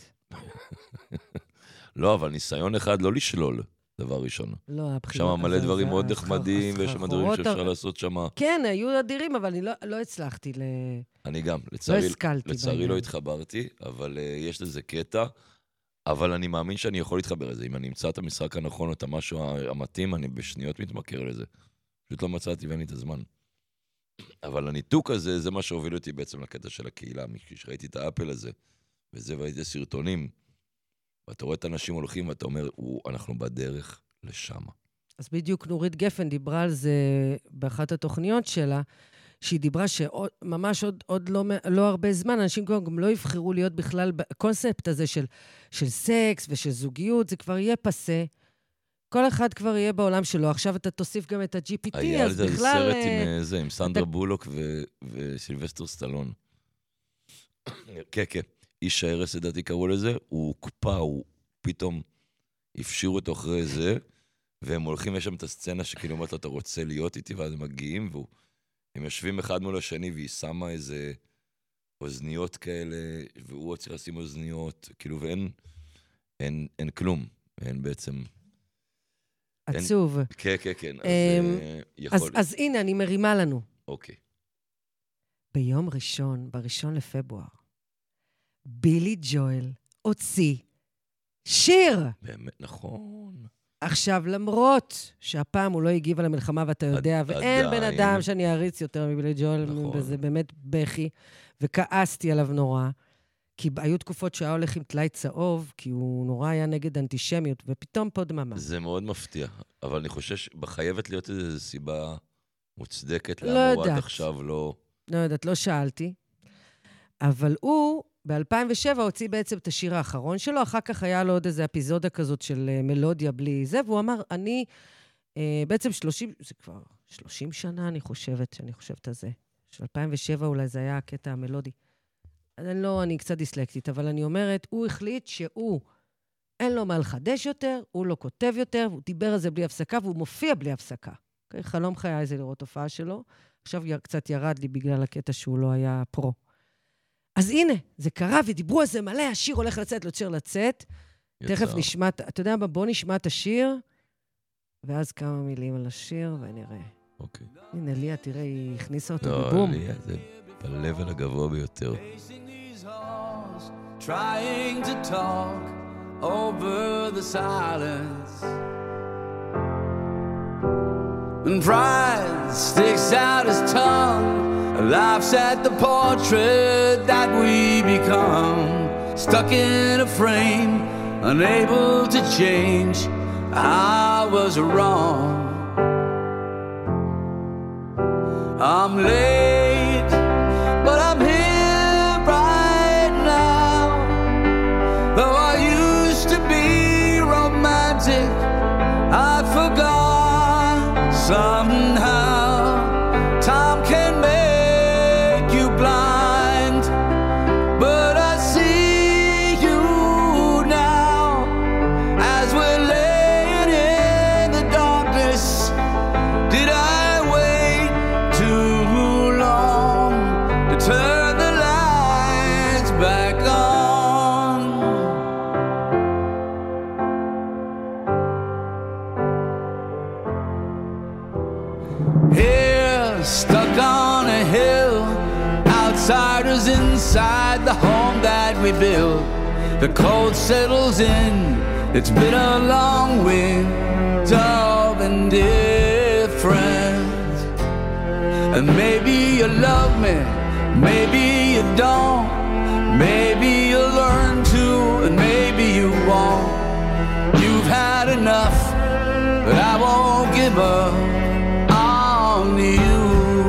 לא, אבל ניסיון אחד לא לשלול. דבר ראשון. לא, הבחינות... שם מלא דברים מאוד נחמדים, ויש שם דברים שאפשר לעשות שם. כן, היו אדירים, אבל אני לא הצלחתי אני גם, לצערי לא התחברתי, אבל יש לזה קטע, אבל אני מאמין שאני יכול להתחבר לזה. אם אני אמצא את המשחק הנכון או את המשהו המתאים, אני בשניות מתמכר לזה. פשוט לא מצאתי ואין לי את הזמן. אבל הניתוק הזה, זה מה שהוביל אותי בעצם לקטע של הקהילה, כשראיתי את האפל הזה, וזה והייתי סרטונים, ואתה רואה את האנשים הולכים, ואתה אומר, אנחנו בדרך לשם. אז בדיוק נורית גפן דיברה על זה באחת התוכניות שלה, שהיא דיברה שממש עוד לא הרבה זמן, אנשים גם לא יבחרו להיות בכלל, הקונספט הזה של סקס ושל זוגיות, זה כבר יהיה פסה. כל אחד כבר יהיה בעולם שלו. עכשיו אתה תוסיף גם את ה-GPT, אז בכלל... היה סרט עם סנדרה בולוק וסילבסטר סטלון. כן, כן. איש ההרס, לדעתי קראו לזה, הוא הוקפא, הוא פתאום הפשירו אותו אחרי זה, והם הולכים, יש שם את הסצנה שכאילו אומרת לו, אתה רוצה להיות איתי, ואז הם מגיעים, והם יושבים אחד מול השני, והיא שמה איזה אוזניות כאלה, והוא צריך לשים אוזניות, כאילו, ואין כלום, אין בעצם... עצוב. כן, כן, כן, אז הנה, אני מרימה לנו. אוקיי. ביום ראשון, ב1 לפברואר, בילי ג'ואל הוציא שיר. באמת, נכון. עכשיו, למרות שהפעם הוא לא הגיב על המלחמה, ואתה יודע, ואין בן אדם שאני אריץ יותר מבילי ג'ואל, וזה באמת בכי, וכעסתי עליו נורא, כי היו תקופות שהיה הולך עם טלאי צהוב, כי הוא נורא היה נגד אנטישמיות, ופתאום פה דממה. זה מאוד מפתיע, אבל אני חושב שבחייבת להיות איזו סיבה מוצדקת, למה עד עכשיו לא... לא יודעת, לא שאלתי, אבל הוא... ב-2007 הוציא בעצם את השיר האחרון שלו, אחר כך היה לו עוד איזו אפיזודה כזאת של מלודיה בלי זה, והוא אמר, אני בעצם 30, זה כבר 30 שנה אני חושבת על זה. של 2007 אולי זה היה הקטע המלודי. אני קצת דיסלקטית, אבל אני אומרת, הוא החליט שהוא, אין לו מה לחדש יותר, הוא לא כותב יותר, הוא דיבר על זה בלי הפסקה, והוא מופיע בלי הפסקה. חלום חיי זה לראות הופעה שלו, עכשיו קצת ירד לי בגלל הקטע שהוא לא היה פרו. אז הנה, זה קרה, ודיברו על זה מלא, השיר הולך לצאת, לא צריך לצאת. תכף נשמע, אתה יודע מה, בוא נשמע את השיר, ואז כמה מילים על השיר, ונראה. אוקיי. הנה, ליה, תראה, היא הכניסה אותו בבום. לא, ליה, זה בלבל הגבוה ביותר. Trying to talk over the silence and pride sticks out his tongue, laughs at the portrait that we become, stuck in a frame, unable to change. I was wrong. I'm late, but I'm Somehow time can make you blind, but I see you now as we're laying in the darkness. Did I wait too long to turn the lights back on? Here, stuck on a hill, outsiders inside the home that we built. The cold settles in, it's been a long winter of indifference. And maybe you love me, maybe you don't, maybe you'll learn to, and maybe you won't. You've had enough, but I won't give up on you.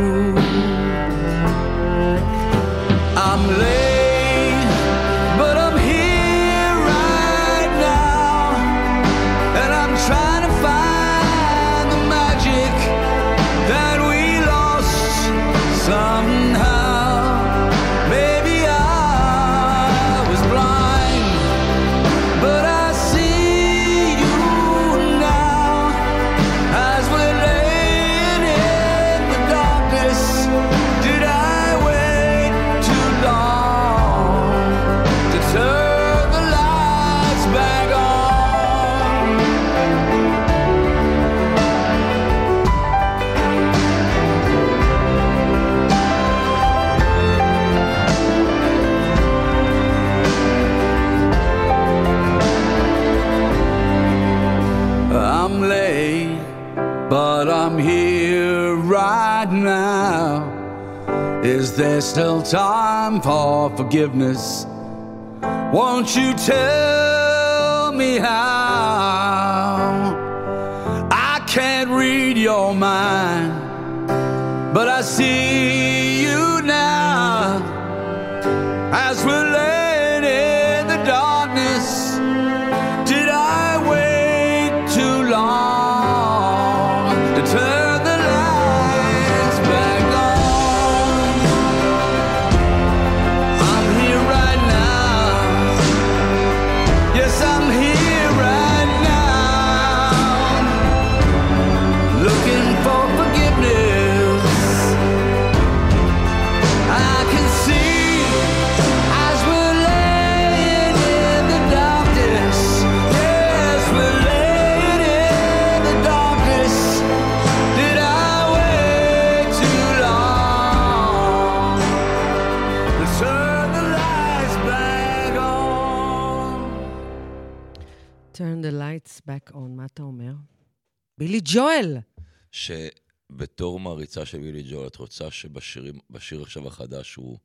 I'm late, but I'm here right now, and I'm trying to find the magic that we lost somehow. Maybe I was blind, but I see you now as we're laying in the darkness. Did I wait too long to turn the lights back on? I'm late, but I'm here right now. Is there still time for forgiveness? Won't you tell me how? I can't read your mind, but I see you now as we're laying in the darkness. Did I wait too long to turn the lights back on? I'm here right now. Yes, I'm here right now, looking for forgiveness. I can see as we're laying in the darkness. Yes, we're laying in the darkness. Did I wait too long to turn the lights back on? Turn the lights back on, מה אתה אומר? בילי ג'ואל! שבתור מעריצה של בילי ג'ואל, את רוצה שבשיר עכשיו החדש הוא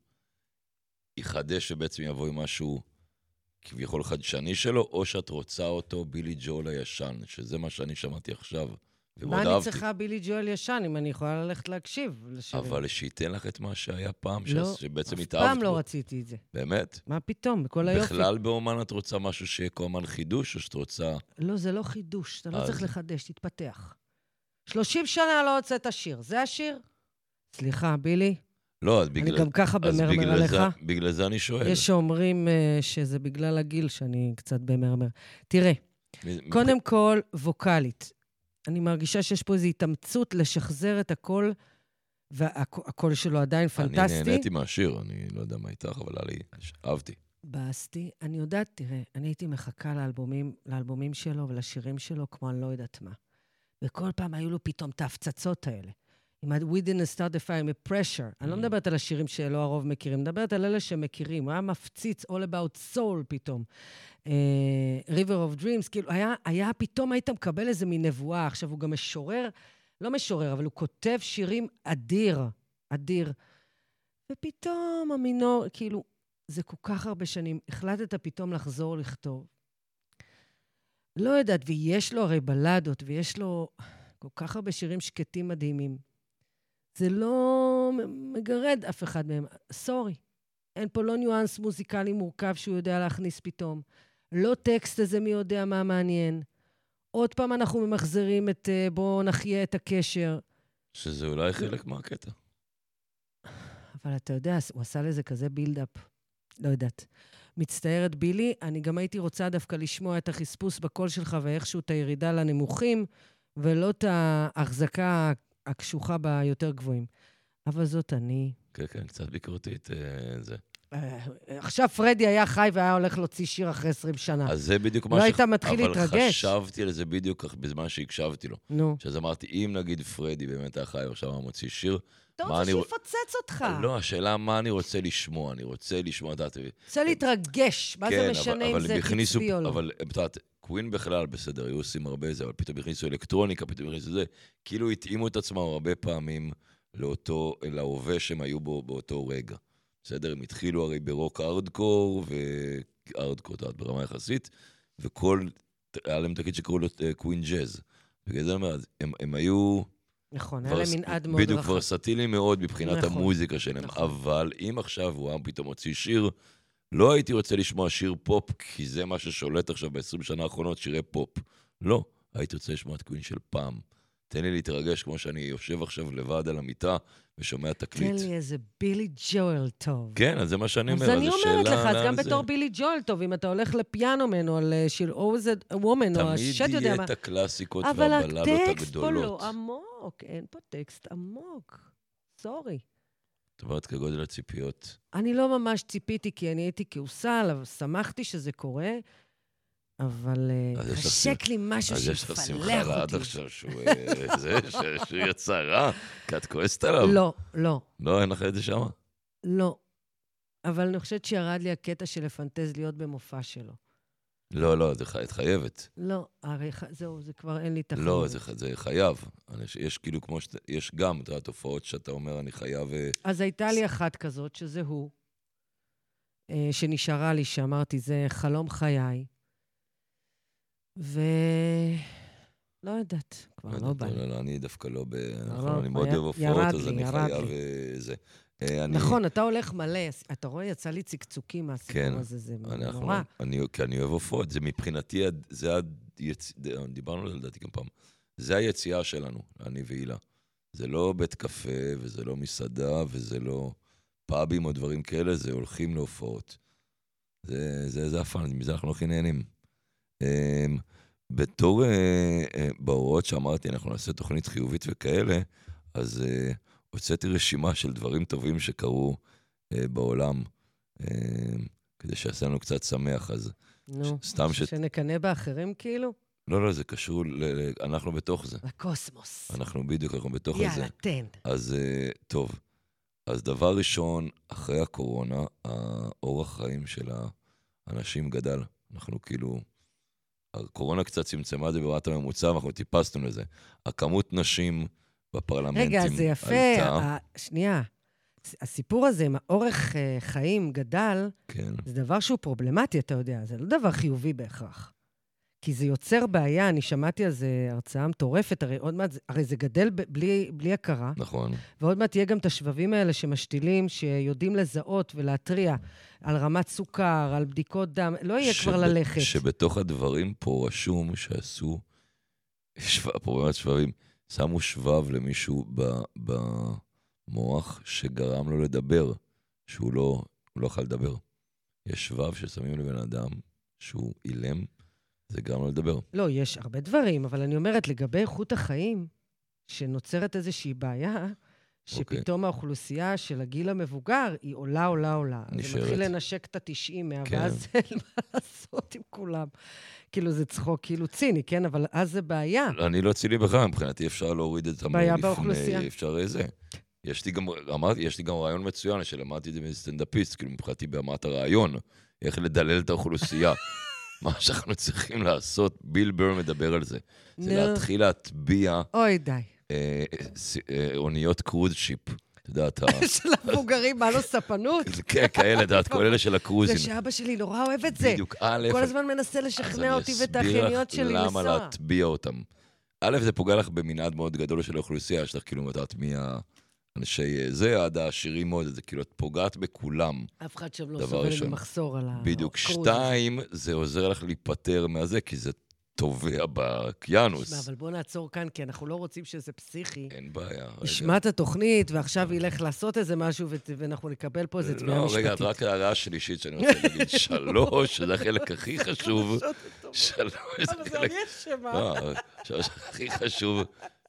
יחדש ובעצם יבוא עם משהו כביכול חדשני שלו, או שאת רוצה אותו בילי ג'ואל הישן, שזה מה שאני שמעתי עכשיו, ומאוד מה אני אהבתי. צריכה בילי ג'ואל ישן, אם אני יכולה ללכת להקשיב לשירים? אבל שייתן לך את מה שהיה פעם, לא, שבעצם אף התאהבת פעם בו. לא רציתי את זה. באמת? מה פתאום? בכל היופי. בכלל באומן את רוצה משהו שיהיה כאומן חידוש, או שאת רוצה... לא, זה לא חידוש, אתה לא אז- צריך לחדש, תתפתח. 30 שנה לא הוצאת השיר, זה השיר? סליחה, בילי, לא, אז אני בגלל... גם ככה אז במרמר בגלל עליך. בגלל זה אני שואל. יש שאומרים שזה בגלל הגיל שאני קצת במרמר. תראה, קודם כל, ווקלית. אני מרגישה שיש פה איזו התאמצות לשחזר את הכל, והקול שלו עדיין פנטסטי. אני נהניתי מהשיר, אני לא יודע מה איתך, אבל אהבתי. באסתי. אני יודעת, תראה, אני הייתי מחכה לאלבומים שלו ולשירים שלו, כמו אני לא יודעת מה. וכל פעם היו לו פתאום את ההפצצות האלה. עם We didn't start the fire, עם pressure. אני לא מדברת על השירים שלא הרוב מכירים, מדברת על אלה שמכירים. הוא היה מפציץ all about soul פתאום. River of Dreams, כאילו, היה פתאום היית מקבל איזה מין נבואה. עכשיו, הוא גם משורר, לא משורר, אבל הוא כותב שירים אדיר, אדיר. ופתאום המינור, כאילו, זה כל כך הרבה שנים. החלטת פתאום לחזור לכתוב. לא יודעת, ויש לו הרי בלדות, ויש לו כל כך הרבה שירים שקטים מדהימים. זה לא מגרד אף אחד מהם. סורי. אין פה לא ניואנס מוזיקלי מורכב שהוא יודע להכניס פתאום. לא טקסט הזה מי יודע מה מעניין. עוד פעם אנחנו ממחזרים את בואו נחיה את הקשר. שזה אולי חלק מהקטע. אבל אתה יודע, הוא עשה לזה כזה בילדאפ. לא יודעת. מצטערת בילי, אני גם הייתי רוצה דווקא לשמוע את החספוס בקול שלך ואיכשהו את הירידה לנמוכים, ולא את ההחזקה הקשוחה ביותר גבוהים. אבל זאת אני. כן, כן, קצת ביקורתית זה. עכשיו פרדי היה חי והיה הולך להוציא שיר אחרי 20 שנה. אז זה בדיוק מה לא היית מתחיל להתרגש. אבל חשבתי על זה בדיוק בזמן שהקשבתי לו. נו. שאז אמרתי, אם נגיד פרדי באמת היה חי ועכשיו הוא מוציא שיר, אתה רוצה שיפוצץ אותך. לא, השאלה מה אני רוצה לשמוע. אני רוצה לשמוע, רוצה להתרגש. מה זה משנה אם זה קצבי או לא? אבל, קווין בכלל בסדר, היו עושים הרבה זה, אבל פתאום הכניסו אלקטרוניקה, פתאום הכניסו זה. כאילו התאימו את עצמם הרבה פעמים להווה שהם היו בו באותו רגע. בסדר, הם התחילו הרי ברוק ארדקור, וארדקור, ברמה יחסית, וכל, היה להם תגיד שקראו לו קווין ג'אז. בגלל זה אומר, הם היו... נכון, היה להם מנעד מאוד רחב. בדיוק ורסטיליים מאוד מבחינת המוזיקה שלהם, אבל אם עכשיו הוא פתאום הוציא שיר, לא הייתי רוצה לשמוע שיר פופ, כי זה מה ששולט עכשיו ב-20 שנה האחרונות, שירי פופ. לא, הייתי רוצה לשמוע את קווין של פעם. תן לי להתרגש כמו שאני יושב עכשיו לבד על המיטה ושומע תקליט. תן לי איזה בילי ג'ואל טוב. כן, אז זה מה שאני אומר. אז אני אומרת לך, אז גם בתור בילי ג'ואל טוב, אם אתה הולך לפיאנומן או על שיר Always a Woman, או השט יודע מה. תמיד יהיה את הקלאסיקות והבלדות הגדולות. אבל הטקסט פה לא עמוק, אין פה טקסט עמוק. סורי. זאת אומרת, כגודל הציפיות. אני לא ממש ציפיתי, כי אני הייתי כעוסה, אבל שמחתי שזה קורה. אבל חשק לי משהו שיפלח אותי. אז יש לך שמחה לעד עכשיו שהוא יצא רע? כי את כועסת עליו? לא, לא. לא, אין לך את זה שמה? לא. אבל אני חושבת שירד לי הקטע של לפנטז להיות במופע שלו. לא, לא, את חייבת. לא, הרי זהו, זה כבר אין לי תחרות. לא, זה חייב. יש כאילו כמו יש גם את התופעות שאתה אומר, אני חייב... אז הייתה לי אחת כזאת, שזה הוא, שנשארה לי, שאמרתי, זה חלום חיי. לא יודעת, כבר לא בא. לא, אני דווקא לא אני מאוד אוהב הופעות, אז אני חייב זה. נכון, אתה הולך מלא, אתה רואה, יצא לי צקצוקים מהסיפור הזה, זה נורא. כי אני אוהב הופעות, זה מבחינתי, דיברנו על זה לדעתי גם פעם, זה היציאה שלנו, אני והילה. זה לא בית קפה, וזה לא מסעדה, וזה לא פאבים או דברים כאלה, זה הולכים להופעות. זה הפן, מזה אנחנו לא הכי נהנים. בתור, בהוראות שאמרתי, אנחנו נעשה תוכנית חיובית וכאלה, אז הוצאתי רשימה של דברים טובים שקרו בעולם, כדי שיעשה לנו קצת שמח, אז סתם שנקנה באחרים כאילו? לא, זה קשור, אנחנו בתוך זה. לקוסמוס. אנחנו בדיוק, אנחנו בתוך זה. יאללה, תן. אז טוב, אז דבר ראשון, אחרי הקורונה, האורח חיים של האנשים גדל. אנחנו כאילו... הקורונה קצת צמצמה את זה ברמת הממוצע, ואנחנו טיפסנו לזה. הכמות נשים בפרלמנטים רגע, זה יפה. שנייה. הסיפור הזה עם האורך חיים גדל, כן. זה דבר שהוא פרובלמטי, אתה יודע. זה לא דבר חיובי בהכרח. כי זה יוצר בעיה, אני שמעתי על זה הרצאה מטורפת, הרי זה גדל בלי הכרה. נכון. ועוד מעט תהיה גם את השבבים האלה שמשתילים, שיודעים לזהות ולהטריע על רמת סוכר, על בדיקות דם, לא יהיה כבר ללכת. שבתוך הדברים פה רשום שעשו, פה באמת שבבים, שמו שבב למישהו במוח שגרם לו לדבר, שהוא לא יכול לדבר. יש שבב ששמים לבן אדם שהוא אילם, זה גם לא לדבר. לא, יש הרבה דברים, אבל אני אומרת, לגבי איכות החיים, שנוצרת איזושהי בעיה, שפתאום האוכלוסייה של הגיל המבוגר, היא עולה. נשארת. זה מתחיל לנשק את ה-90, ואז אין מה לעשות עם כולם. כאילו זה צחוק, כאילו ציני, כן? אבל אז זה בעיה. אני לא ציני בכלל, מבחינתי אפשר להוריד את בעיה באוכלוסייה. אפשר איזה. יש לי גם רעיון מצוין, שלמדתי את זה מסטנדאפיסט, כאילו מבחינתי ברמת הרעיון, איך לדלל את האוכלוסייה. מה שאנחנו צריכים לעשות, ביל בר מדבר על זה. זה להתחיל להטביע... אוי, די. אוניות קרוז שיפ. אתה יודעת... של המבוגרים, מה לא ספנות? כן, כאלה, דעת, כל אלה של הקרוזים. זה שאבא שלי נורא אוהב את זה. בדיוק, א', כל הזמן מנסה לשכנע אותי ואת האחייניות שלי לנסוע. אז אני אסביר לך למה להטביע אותם. א', זה פוגע לך במנעד מאוד גדול של האוכלוסייה, יש לך כאילו לדעת מי האנשי זה, עד העשירים מאוד, זה כאילו את פוגעת בכולם. אף אחד שם לא סובל במחסור על הקרוז. בדיוק, 2, זה עוזר לך להיפטר מהזה, כי זה טובע בקיאנוס. תשמע, אבל בוא נעצור כאן, כי אנחנו לא רוצים שזה פסיכי. אין בעיה. ישמע את התוכנית, ועכשיו ילך לעשות איזה משהו, ואנחנו נקבל פה איזה תביעה משפטית. לא, רגע, רק הערה שלישית שאני רוצה להגיד. 3, שזה החלק הכי חשוב. 3, אבל זה אני אשמה. הכי חשוב,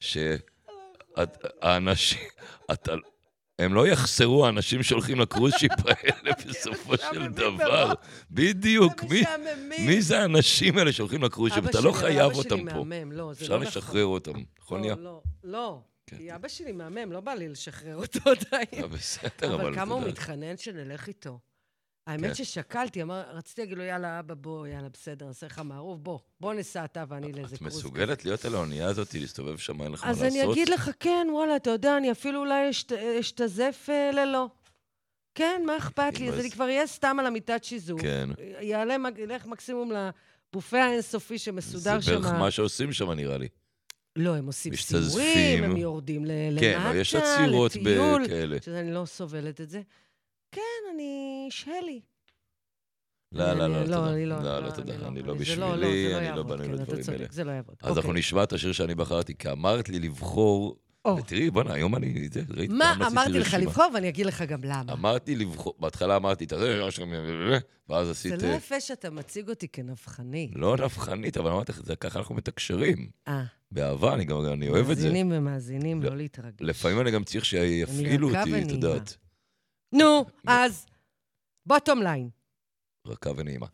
שהאנשים, הם לא יחסרו, האנשים שהולכים לקרוזשיפ האלה בסופו של דבר. בדיוק, מי זה האנשים האלה שהולכים לקרוזשיפ? אתה לא חייב אותם פה. אפשר לשחרר אותם, נכון? לא, כי אבא שלי מהמם, לא בא לי לשחרר אותו עדיין. בסדר, אבל כמה הוא מתחנן שנלך איתו. האמת ששקלתי, רציתי להגיד לו, יאללה, אבא, בוא, יאללה, בסדר, נעשה לך מערוף, בוא ניסע אתה ואני לאיזה קרוז. את מסוגלת להיות על האונייה הזאת, להסתובב שם, אין לך מה לעשות? אז אני אגיד לך, כן, וואלה, אתה יודע, אני אפילו אולי אשתזף ללא. כן, מה אכפת לי? אז אני כבר אהיה סתם על המיטת שיזוף. כן. ילך מקסימום לבופה האינסופי שמסודר שם. זה בערך מה שעושים שם, נראה לי. לא, הם עושים סיורים, הם יורדים למטה, כן, יש עצירות כאלה. שאני לא סובלת את זה. כן, אני שלי. לא, תודה. לא, תודה, אני לא בשבילי, אני לא בנוי לדברים האלה. זה לא יעבוד. אז אנחנו נשמע את השיר שאני בחרתי, כי אמרת לי לבחור, ותראי, בוא'נה, היום אני, ראיתי, מה אמרתי לך לבחור, ואני אגיד לך גם למה. אמרתי לבחור, בהתחלה אמרתי, ואז עשית... זה לא יפה שאתה מציג אותי כנבחנית. לא נבחנית, אבל אמרתי לך, ככה אנחנו מתקשרים. באהבה, אני אוהב את זה. מאזינים ומאזינים, לא להתרגש. לפעמים אני גם צריך שיפעילו אותי, את יודעת. נו, אז, בוטום ליין. רכה ונעימה.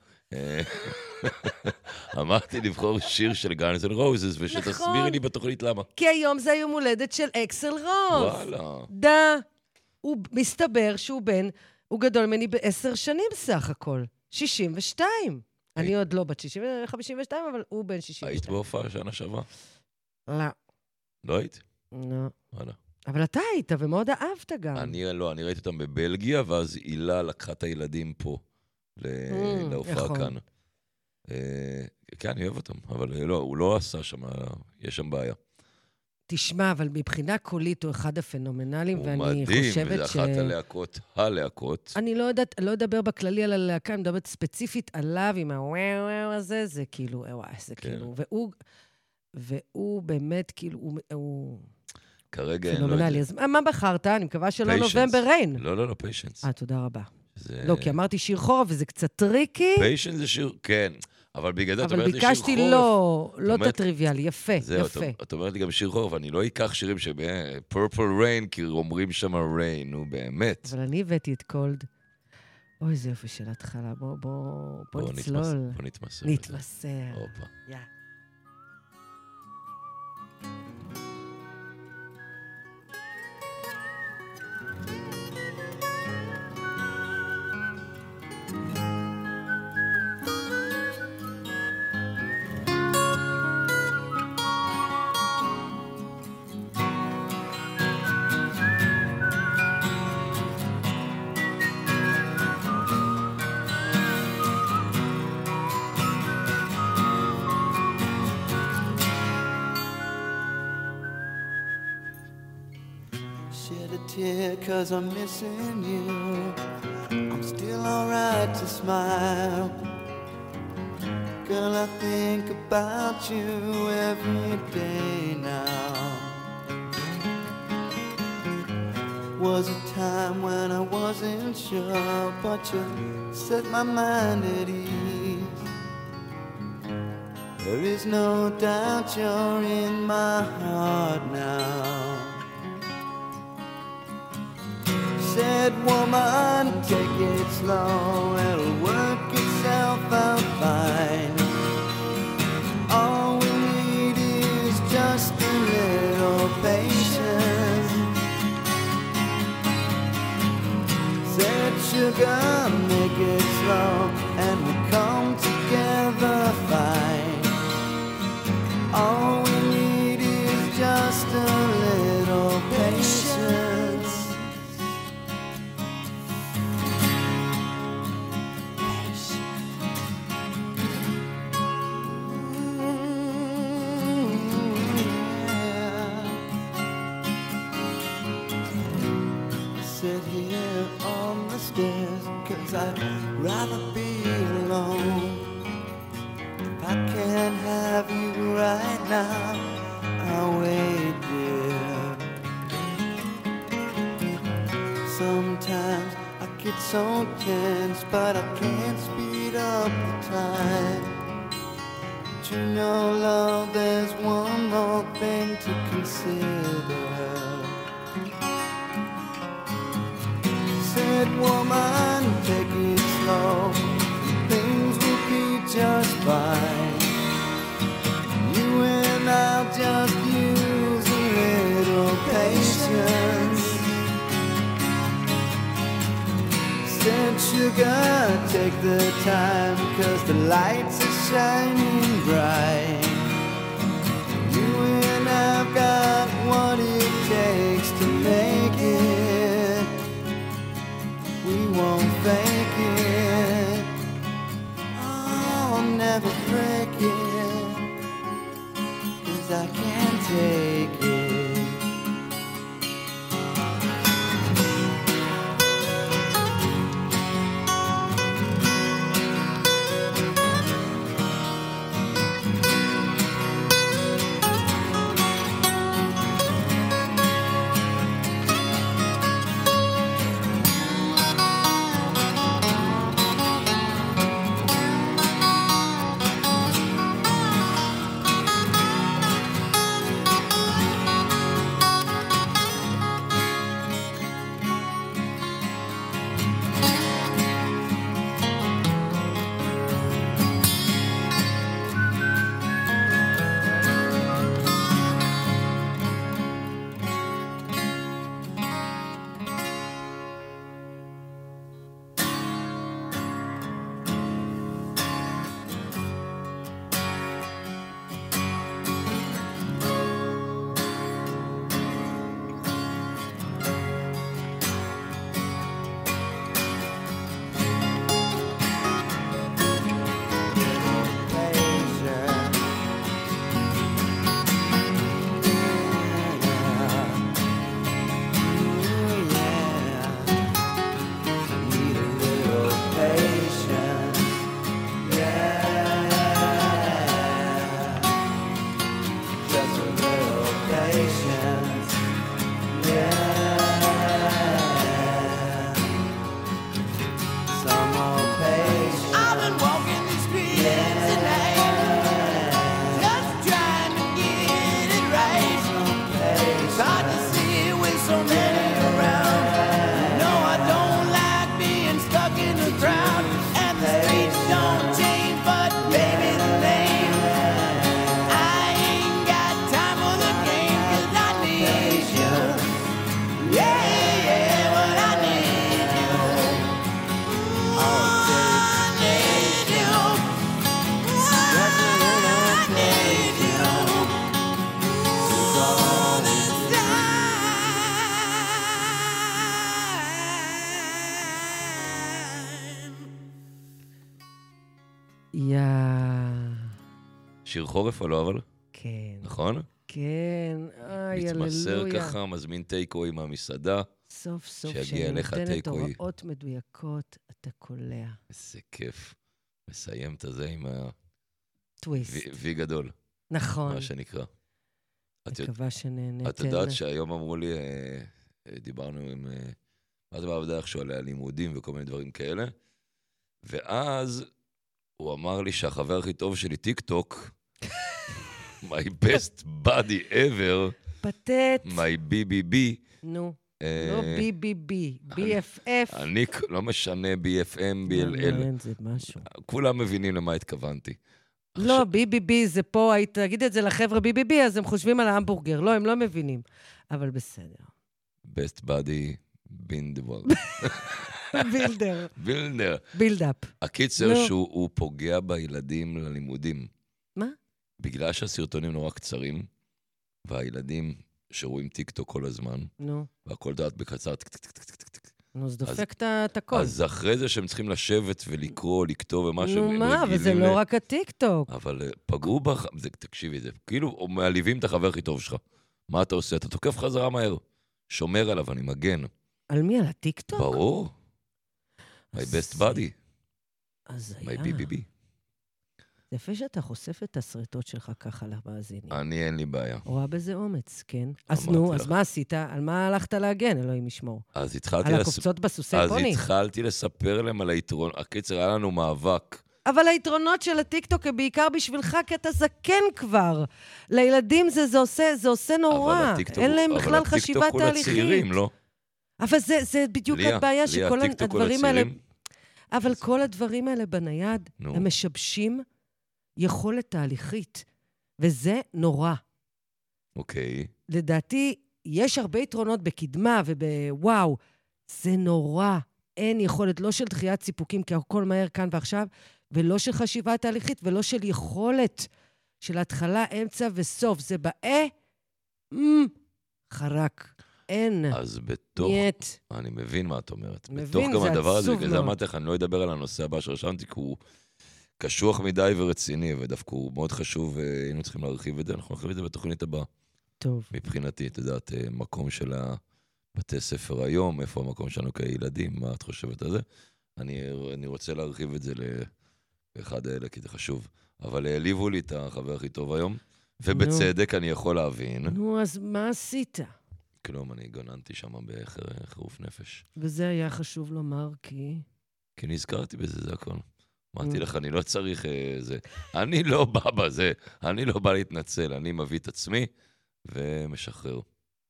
אמרתי לבחור שיר של גאנס אנד רוזס, ושתסבירי לי בתוכנית למה. כי היום זה יום הולדת של אקסל רוז. וואלה. הוא מסתבר הוא גדול ממני ב10 שנים סך הכל. 62. אני עוד לא בת 52, אבל הוא בן 62. היית בהופעה שנה שעברה? לא. לא היית? לא. וואלה. אבל אתה היית, ומאוד אהבת גם. אני ראיתי אותם בבלגיה, ואז הילה לקחה את הילדים פה. להופעה כאן. כן, אני אוהב אותם, אבל לא, הוא לא עשה שם, יש שם בעיה. תשמע, אבל מבחינה קולית הוא אחד הפנומנליים, ואני חושבת הוא מדהים, וזה אחת הלהקות. אני לא אדבר בכללי על הלהקה, אני מדברת ספציפית עליו, עם הוואו הזה, זה כאילו, זה כאילו, והוא באמת, כאילו, הוא כרגע פנומנלי. אז מה בחרת? אני מקווה שלא נובמבר ריין. לא, פיישנס. תודה רבה. לא, כי אמרתי שיר חורף, וזה קצת טריקי. פיישן זה שיר, כן. אבל בגלל זה את אומרת לי שיר חורף. אבל ביקשתי לא את הטריוויאלי, יפה. את אומרת לי גם שיר חורף, אני לא אקח שירים פרפל ריין, כי אומרים שם ריין, נו באמת. אבל אני הבאתי את קולד. אוי, זה יופי של התחלה, בוא נצלול. בוא נתמסר. נתמסר. הופה. Cause I'm missing you. I'm still alright to smile. Girl, I think about you every day now. Was a time when I wasn't sure, but you set my mind at ease. There is no doubt you're in my heart now. Said woman, take it slow, it'll work itself out fine. All we need is just a little patience. Said sugar, make it slow, and we'll come together fine. All we need is just a little patience. I'd rather be alone. If I can't have right now. I'll wait there. Sometimes I get so tense, but I can't speed up the time. But you know, love, there's one more thing to consider. Said, woman, take it slow. Things will be just fine. You and I'll just use a little patience. Said, sugar, take the time, 'cause the lights are shining bright. You and I've got what it takes to make it. We won't fake it. I'll never break it, 'cause I can't take it. שיר חורף או לא אבל? כן. נכון? כן, איי, הללויה. מתמסר ככה, מזמין טייקווי מהמסעדה. סוף סוף, שיגיע אליך טייקווי. הוראות מדויקות, אתה קולע. איזה כיף. מסיים את זה עם טוויסט. וי גדול. נכון. מה שנקרא. מקווה שנהנתם. את יודעת שהיום אמרו לי, דיברנו עם... מה זה בעבודה איכשהו עליה לימודים וכל מיני דברים כאלה. ואז הוא אמר לי שהחבר הכי טוב שלי טיק טוק, my best buddy ever, פתט. my BBB. נו, לא BBB, BFF. אני לא משנה BFM, BLL. זה משהו. כולם מבינים למה התכוונתי. לא, BBB זה פה, תגיד את זה לחבר'ה BBB, אז הם חושבים על ההמבורגר. לא, הם לא מבינים. אבל בסדר. best buddy, בינדוול. בילדר. בילדר. בילדאפ. הקיצר שהוא פוגע בילדים ללימודים. מה? בגלל שהסרטונים נורא קצרים, והילדים שרואים טיקטוק כל הזמן, והכל דעת בקצר, נו, אז דופק את הכל. אז אחרי זה שהם צריכים לשבת ולקרוא, לכתוב ומשהו, נו מה, וזה לא רק הטיקטוק. אבל פגעו בך, תקשיבי, זה כאילו מעליבים את החבר הכי טוב שלך. מה אתה עושה? אתה תוקף חזרה מהר. שומר עליו, אני מגן. על מי? על הטיקטוק? ברור. My best buddy. אז my היה. BBB. זה יפה שאתה חושף את הסרטות שלך ככה למאזינים. אני אין לי בעיה. רואה בזה אומץ, כן? אז נו, אז מה עשית? על מה הלכת להגן, אלוהים ישמור? אז התחלתי על הקופצות בסוסי פוני? אז התחלתי לספר להם על היתרון. הקיצר, היה לנו מאבק. אבל היתרונות של הטיקטוק הם בעיקר בשבילך, כי אתה זקן כבר. לילדים זה עושה נורא. אין להם בכלל חשיבה תהליכית. אבל הטיקטוק הוא לצעירים, לא? אבל זה בדיוק הבעיה שכל הדברים האלה... אבל אז... כל הדברים האלה בנייד, הם משבשים יכולת תהליכית. וזה נורא. אוקיי. לדעתי, יש הרבה יתרונות בקדמה ובוואו. זה נורא. אין יכולת, לא של דחיית סיפוקים, כי הכל מהר כאן ועכשיו, ולא של חשיבה תהליכית, ולא של יכולת של התחלה, אמצע וסוף. זה חרק. אין. אז בתוך... ניית. אני מבין מה את אומרת. מבין, בתוך גם זה הדבר הזה, עצוב בגלל זה מאוד. אמרתי לך, אני לא אדבר על הנושא הבא שרשמתי, כי הוא קשוח מדי ורציני, ודווקא הוא מאוד חשוב, היינו צריכים להרחיב את זה, אנחנו נרחיב את זה בתוכנית הבאה. טוב. מבחינתי, את יודעת, מקום של בתי ספר היום, איפה המקום שלנו כילדים, מה את חושבת על זה? אני רוצה להרחיב את זה לאחד האלה, כי זה חשוב. אבל העליבו לי את החבר הכי טוב היום, ובצדק אני יכול להבין. נו, אז מה עשית? כלום, אני גוננתי שם בחירוף נפש. וזה היה חשוב לומר, כי... כי נזכרתי בזה, זה הכל. אמרתי לך, אני לא צריך זה. אני לא בא בזה, אני לא בא להתנצל, אני מביא את עצמי ומשחרר.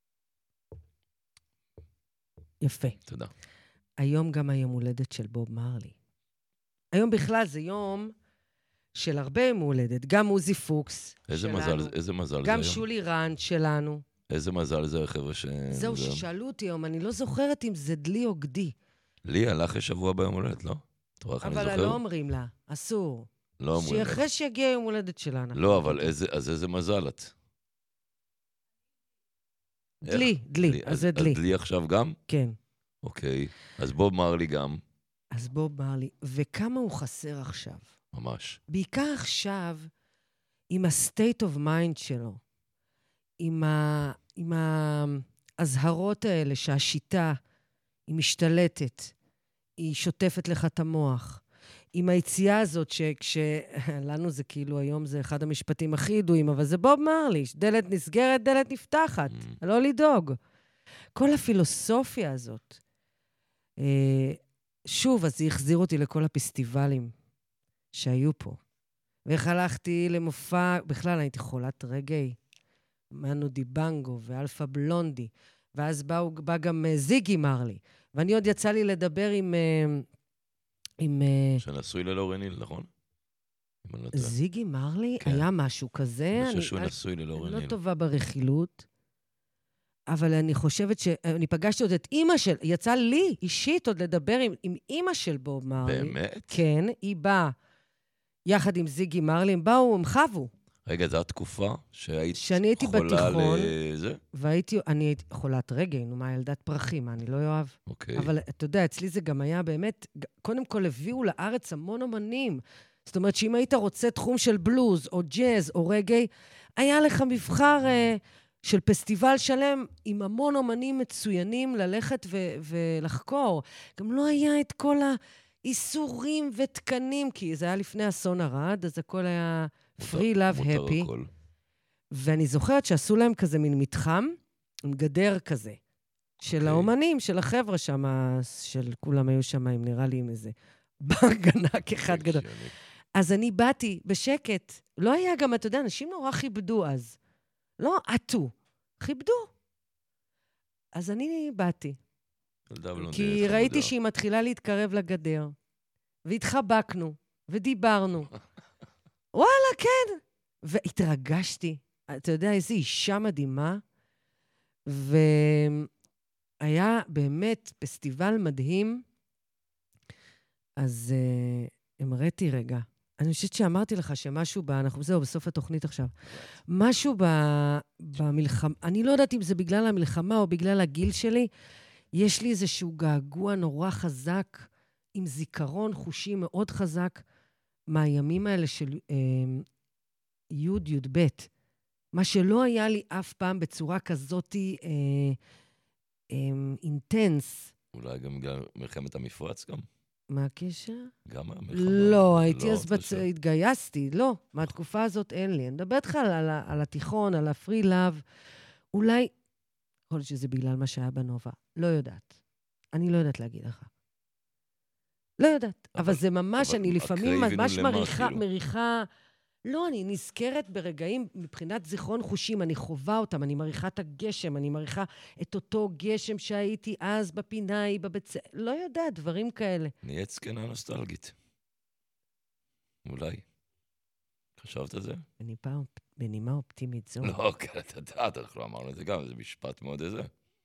יפה. תודה. היום גם היום הולדת של בוב מרלי. היום בכלל זה יום של הרבה יום הולדת. גם עוזי פוקס שלנו. איזה מזל זה היום. גם שולי רנד שלנו. איזה מזל זה, חבר'ה זהו, ששאלו אותי היום, אני לא זוכרת אם זה דלי או גדי. לי הלך שבוע ביום הולדת, לא? אבל לא אומרים לה, אסור. לא אומרים לה. שאחרי שיגיע יום הולדת שלנו. לא, אבל איזה מזל את? דלי, אז זה דלי. אז דלי עכשיו גם? כן. אוקיי, אז בוב מרלי גם. אז בוב מרלי, וכמה הוא חסר עכשיו? ממש. בעיקר עכשיו, עם ה-state of mind שלו, עם ההזהרות האלה שהשיטה היא משתלטת, היא שוטפת לך את המוח, עם היציאה הזאת שכשלנו זה כאילו היום זה אחד המשפטים הכי ידועים, אבל זה בוב מרלי, דלת נסגרת, דלת נפתחת, לא לדאוג. כל הפילוסופיה הזאת. שוב, אז זה החזיר אותי לכל הפסטיבלים שהיו פה. ואיך הלכתי למופע, בכלל הייתי חולת רגעי, מנו דיבנגו ואלפה בלונדי, ואז בא גם זיגי מרלי, ואני עוד יצא לי לדבר עם שנשוי ללורן היל, נכון? זיגי מרלי? כן. היה משהו כזה. אני חושב שהוא נשוי ללורן היל. אני לא טובה ברכילות, אבל אני חושבת שאני פגשתי עוד את אימא של, יצא לי אישית עוד לדבר עם אימא של בוב מרלי. באמת? כן, היא באה יחד עם זיגי מרלי, הם באו, הם חוו. רגע, זו התקופה שהיית שאני הייתי חולה בתיכון, לזה? אני הייתי חולת רגע, נו, מה, ילדת פרחים, אני לא אוהב. אוקיי. אבל אתה יודע, אצלי זה גם היה באמת, קודם כל הביאו לארץ המון אומנים. זאת אומרת שאם היית רוצה תחום של בלוז, או ג'אז, או רגעי, היה לך מבחר של פסטיבל שלם עם המון אומנים מצוינים ללכת ולחקור. גם לא היה את כל האיסורים ותקנים, כי זה היה לפני אסון ארד, אז הכל היה free, love, happy. ואני זוכרת שעשו להם כזה מין מתחם, עם גדר כזה, של האומנים, של החבר'ה שם, של כולם היו שם, אם נראה לי עם איזה ברגנק אחד גדול. אז אני באתי בשקט. לא היה גם, אתה יודע, אנשים נורא כיבדו אז. לא עטו, כיבדו. אז אני באתי. כי ראיתי שהיא מתחילה להתקרב לגדר, והתחבקנו, ודיברנו. וואלה, כן. והתרגשתי. אתה יודע, איזו אישה מדהימה, והיה באמת פסטיבל מדהים. אז אמרתי רגע, אני חושבת שאמרתי לך שמשהו זהו, בסוף התוכנית עכשיו. משהו במלחמה, אני לא יודעת אם זה בגלל המלחמה או בגלל הגיל שלי, יש לי איזשהו געגוע נורא חזק, עם זיכרון חושי מאוד חזק, מהימים האלה של י' ב', מה שלא היה לי אף פעם בצורה כזאת אינטנס. אולי גם בגלל מלחמת המפרץ גם? מה הקשר? גם המלחמה. לא, הייתי אז קשה. התגייסתי, לא. מהתקופה הזאת אין לי. אני מדברת לך על התיכון, על הפרי לאב. אולי, יכול להיות שזה בגלל מה שהיה בנובה. לא יודעת. אני לא יודעת להגיד לך. לא יודעת. אבל זה ממש, אני לפעמים ממש מריחה... לא, אני נזכרת ברגעים, מבחינת זיכרון חושים, אני חובה אותם, אני מריחה את הגשם, אני מריחה את אותו גשם שהייתי אז בפינה, לא יודעת, דברים כאלה. נהיית זקנה נוסטלגית. אולי. חשבת על זה? בנימה אופטימית זו. לא, אתה יודעת, אנחנו אמרנו את זה גם, זה משפט מאוד איזה.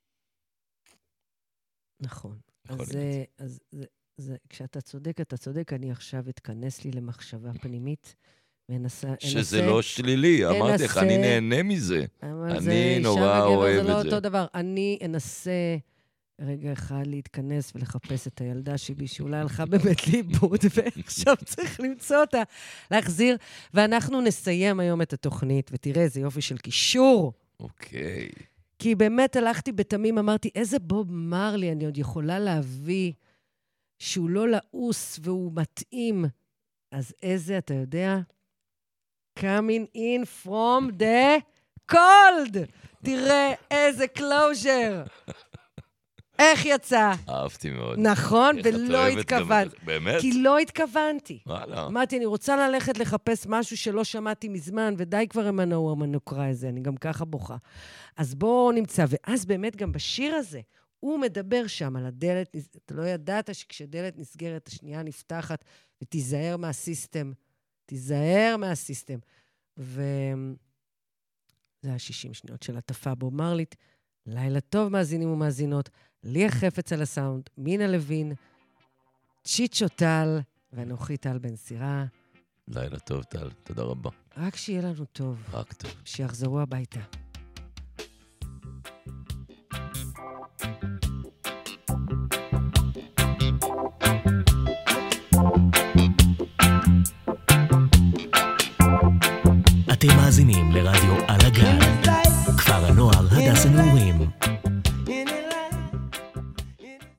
נכון. אז כשאתה צודק, אתה צודק, אני עכשיו אתכנס לי למחשבה פנימית, שזה לא שלילי, אמרתי לך, אני נהנה מזה. אני נורא אוהב את זה. זה לא אותו דבר. אני אנסה רגע אחד להתכנס ולחפש את הילדה שלי, שאולי הלכה באמת לאיבוד, ועכשיו צריך למצוא אותה, להחזיר. ואנחנו נסיים היום את התוכנית, ותראה איזה יופי של קישור. אוקיי. כי באמת הלכתי בתמים, אמרתי, איזה בוב מרלי אני עוד יכולה להביא, שהוא לא לעוס והוא מתאים. אז איזה, אתה יודע? Coming in from the cold. תראה איזה closure. איך יצא? אהבתי מאוד. נכון, ולא התכוונתי. באמת? כי לא התכוונתי. וואלה. אמרתי, אני רוצה ללכת לחפש משהו שלא שמעתי מזמן, ודי כבר המנוקרא הזה, אני גם ככה בוכה. אז בואו נמצא, ואז באמת גם בשיר הזה, הוא מדבר שם על הדלת, אתה לא ידעת שכשדלת נסגרת, השנייה נפתחת, ותיזהר מהסיסטם. תיזהר מהסיסטם. זה היה 60 שניות של עטפה בוב מרלית. לילה טוב, מאזינים ומאזינות. ליה חפץ על הסאונד, מינה לוין, צ'יצ'ו טל, ואנוכי טל בן סירה. לילה טוב, טל. תודה רבה. רק שיהיה לנו טוב. רק טוב. שיחזרו הביתה.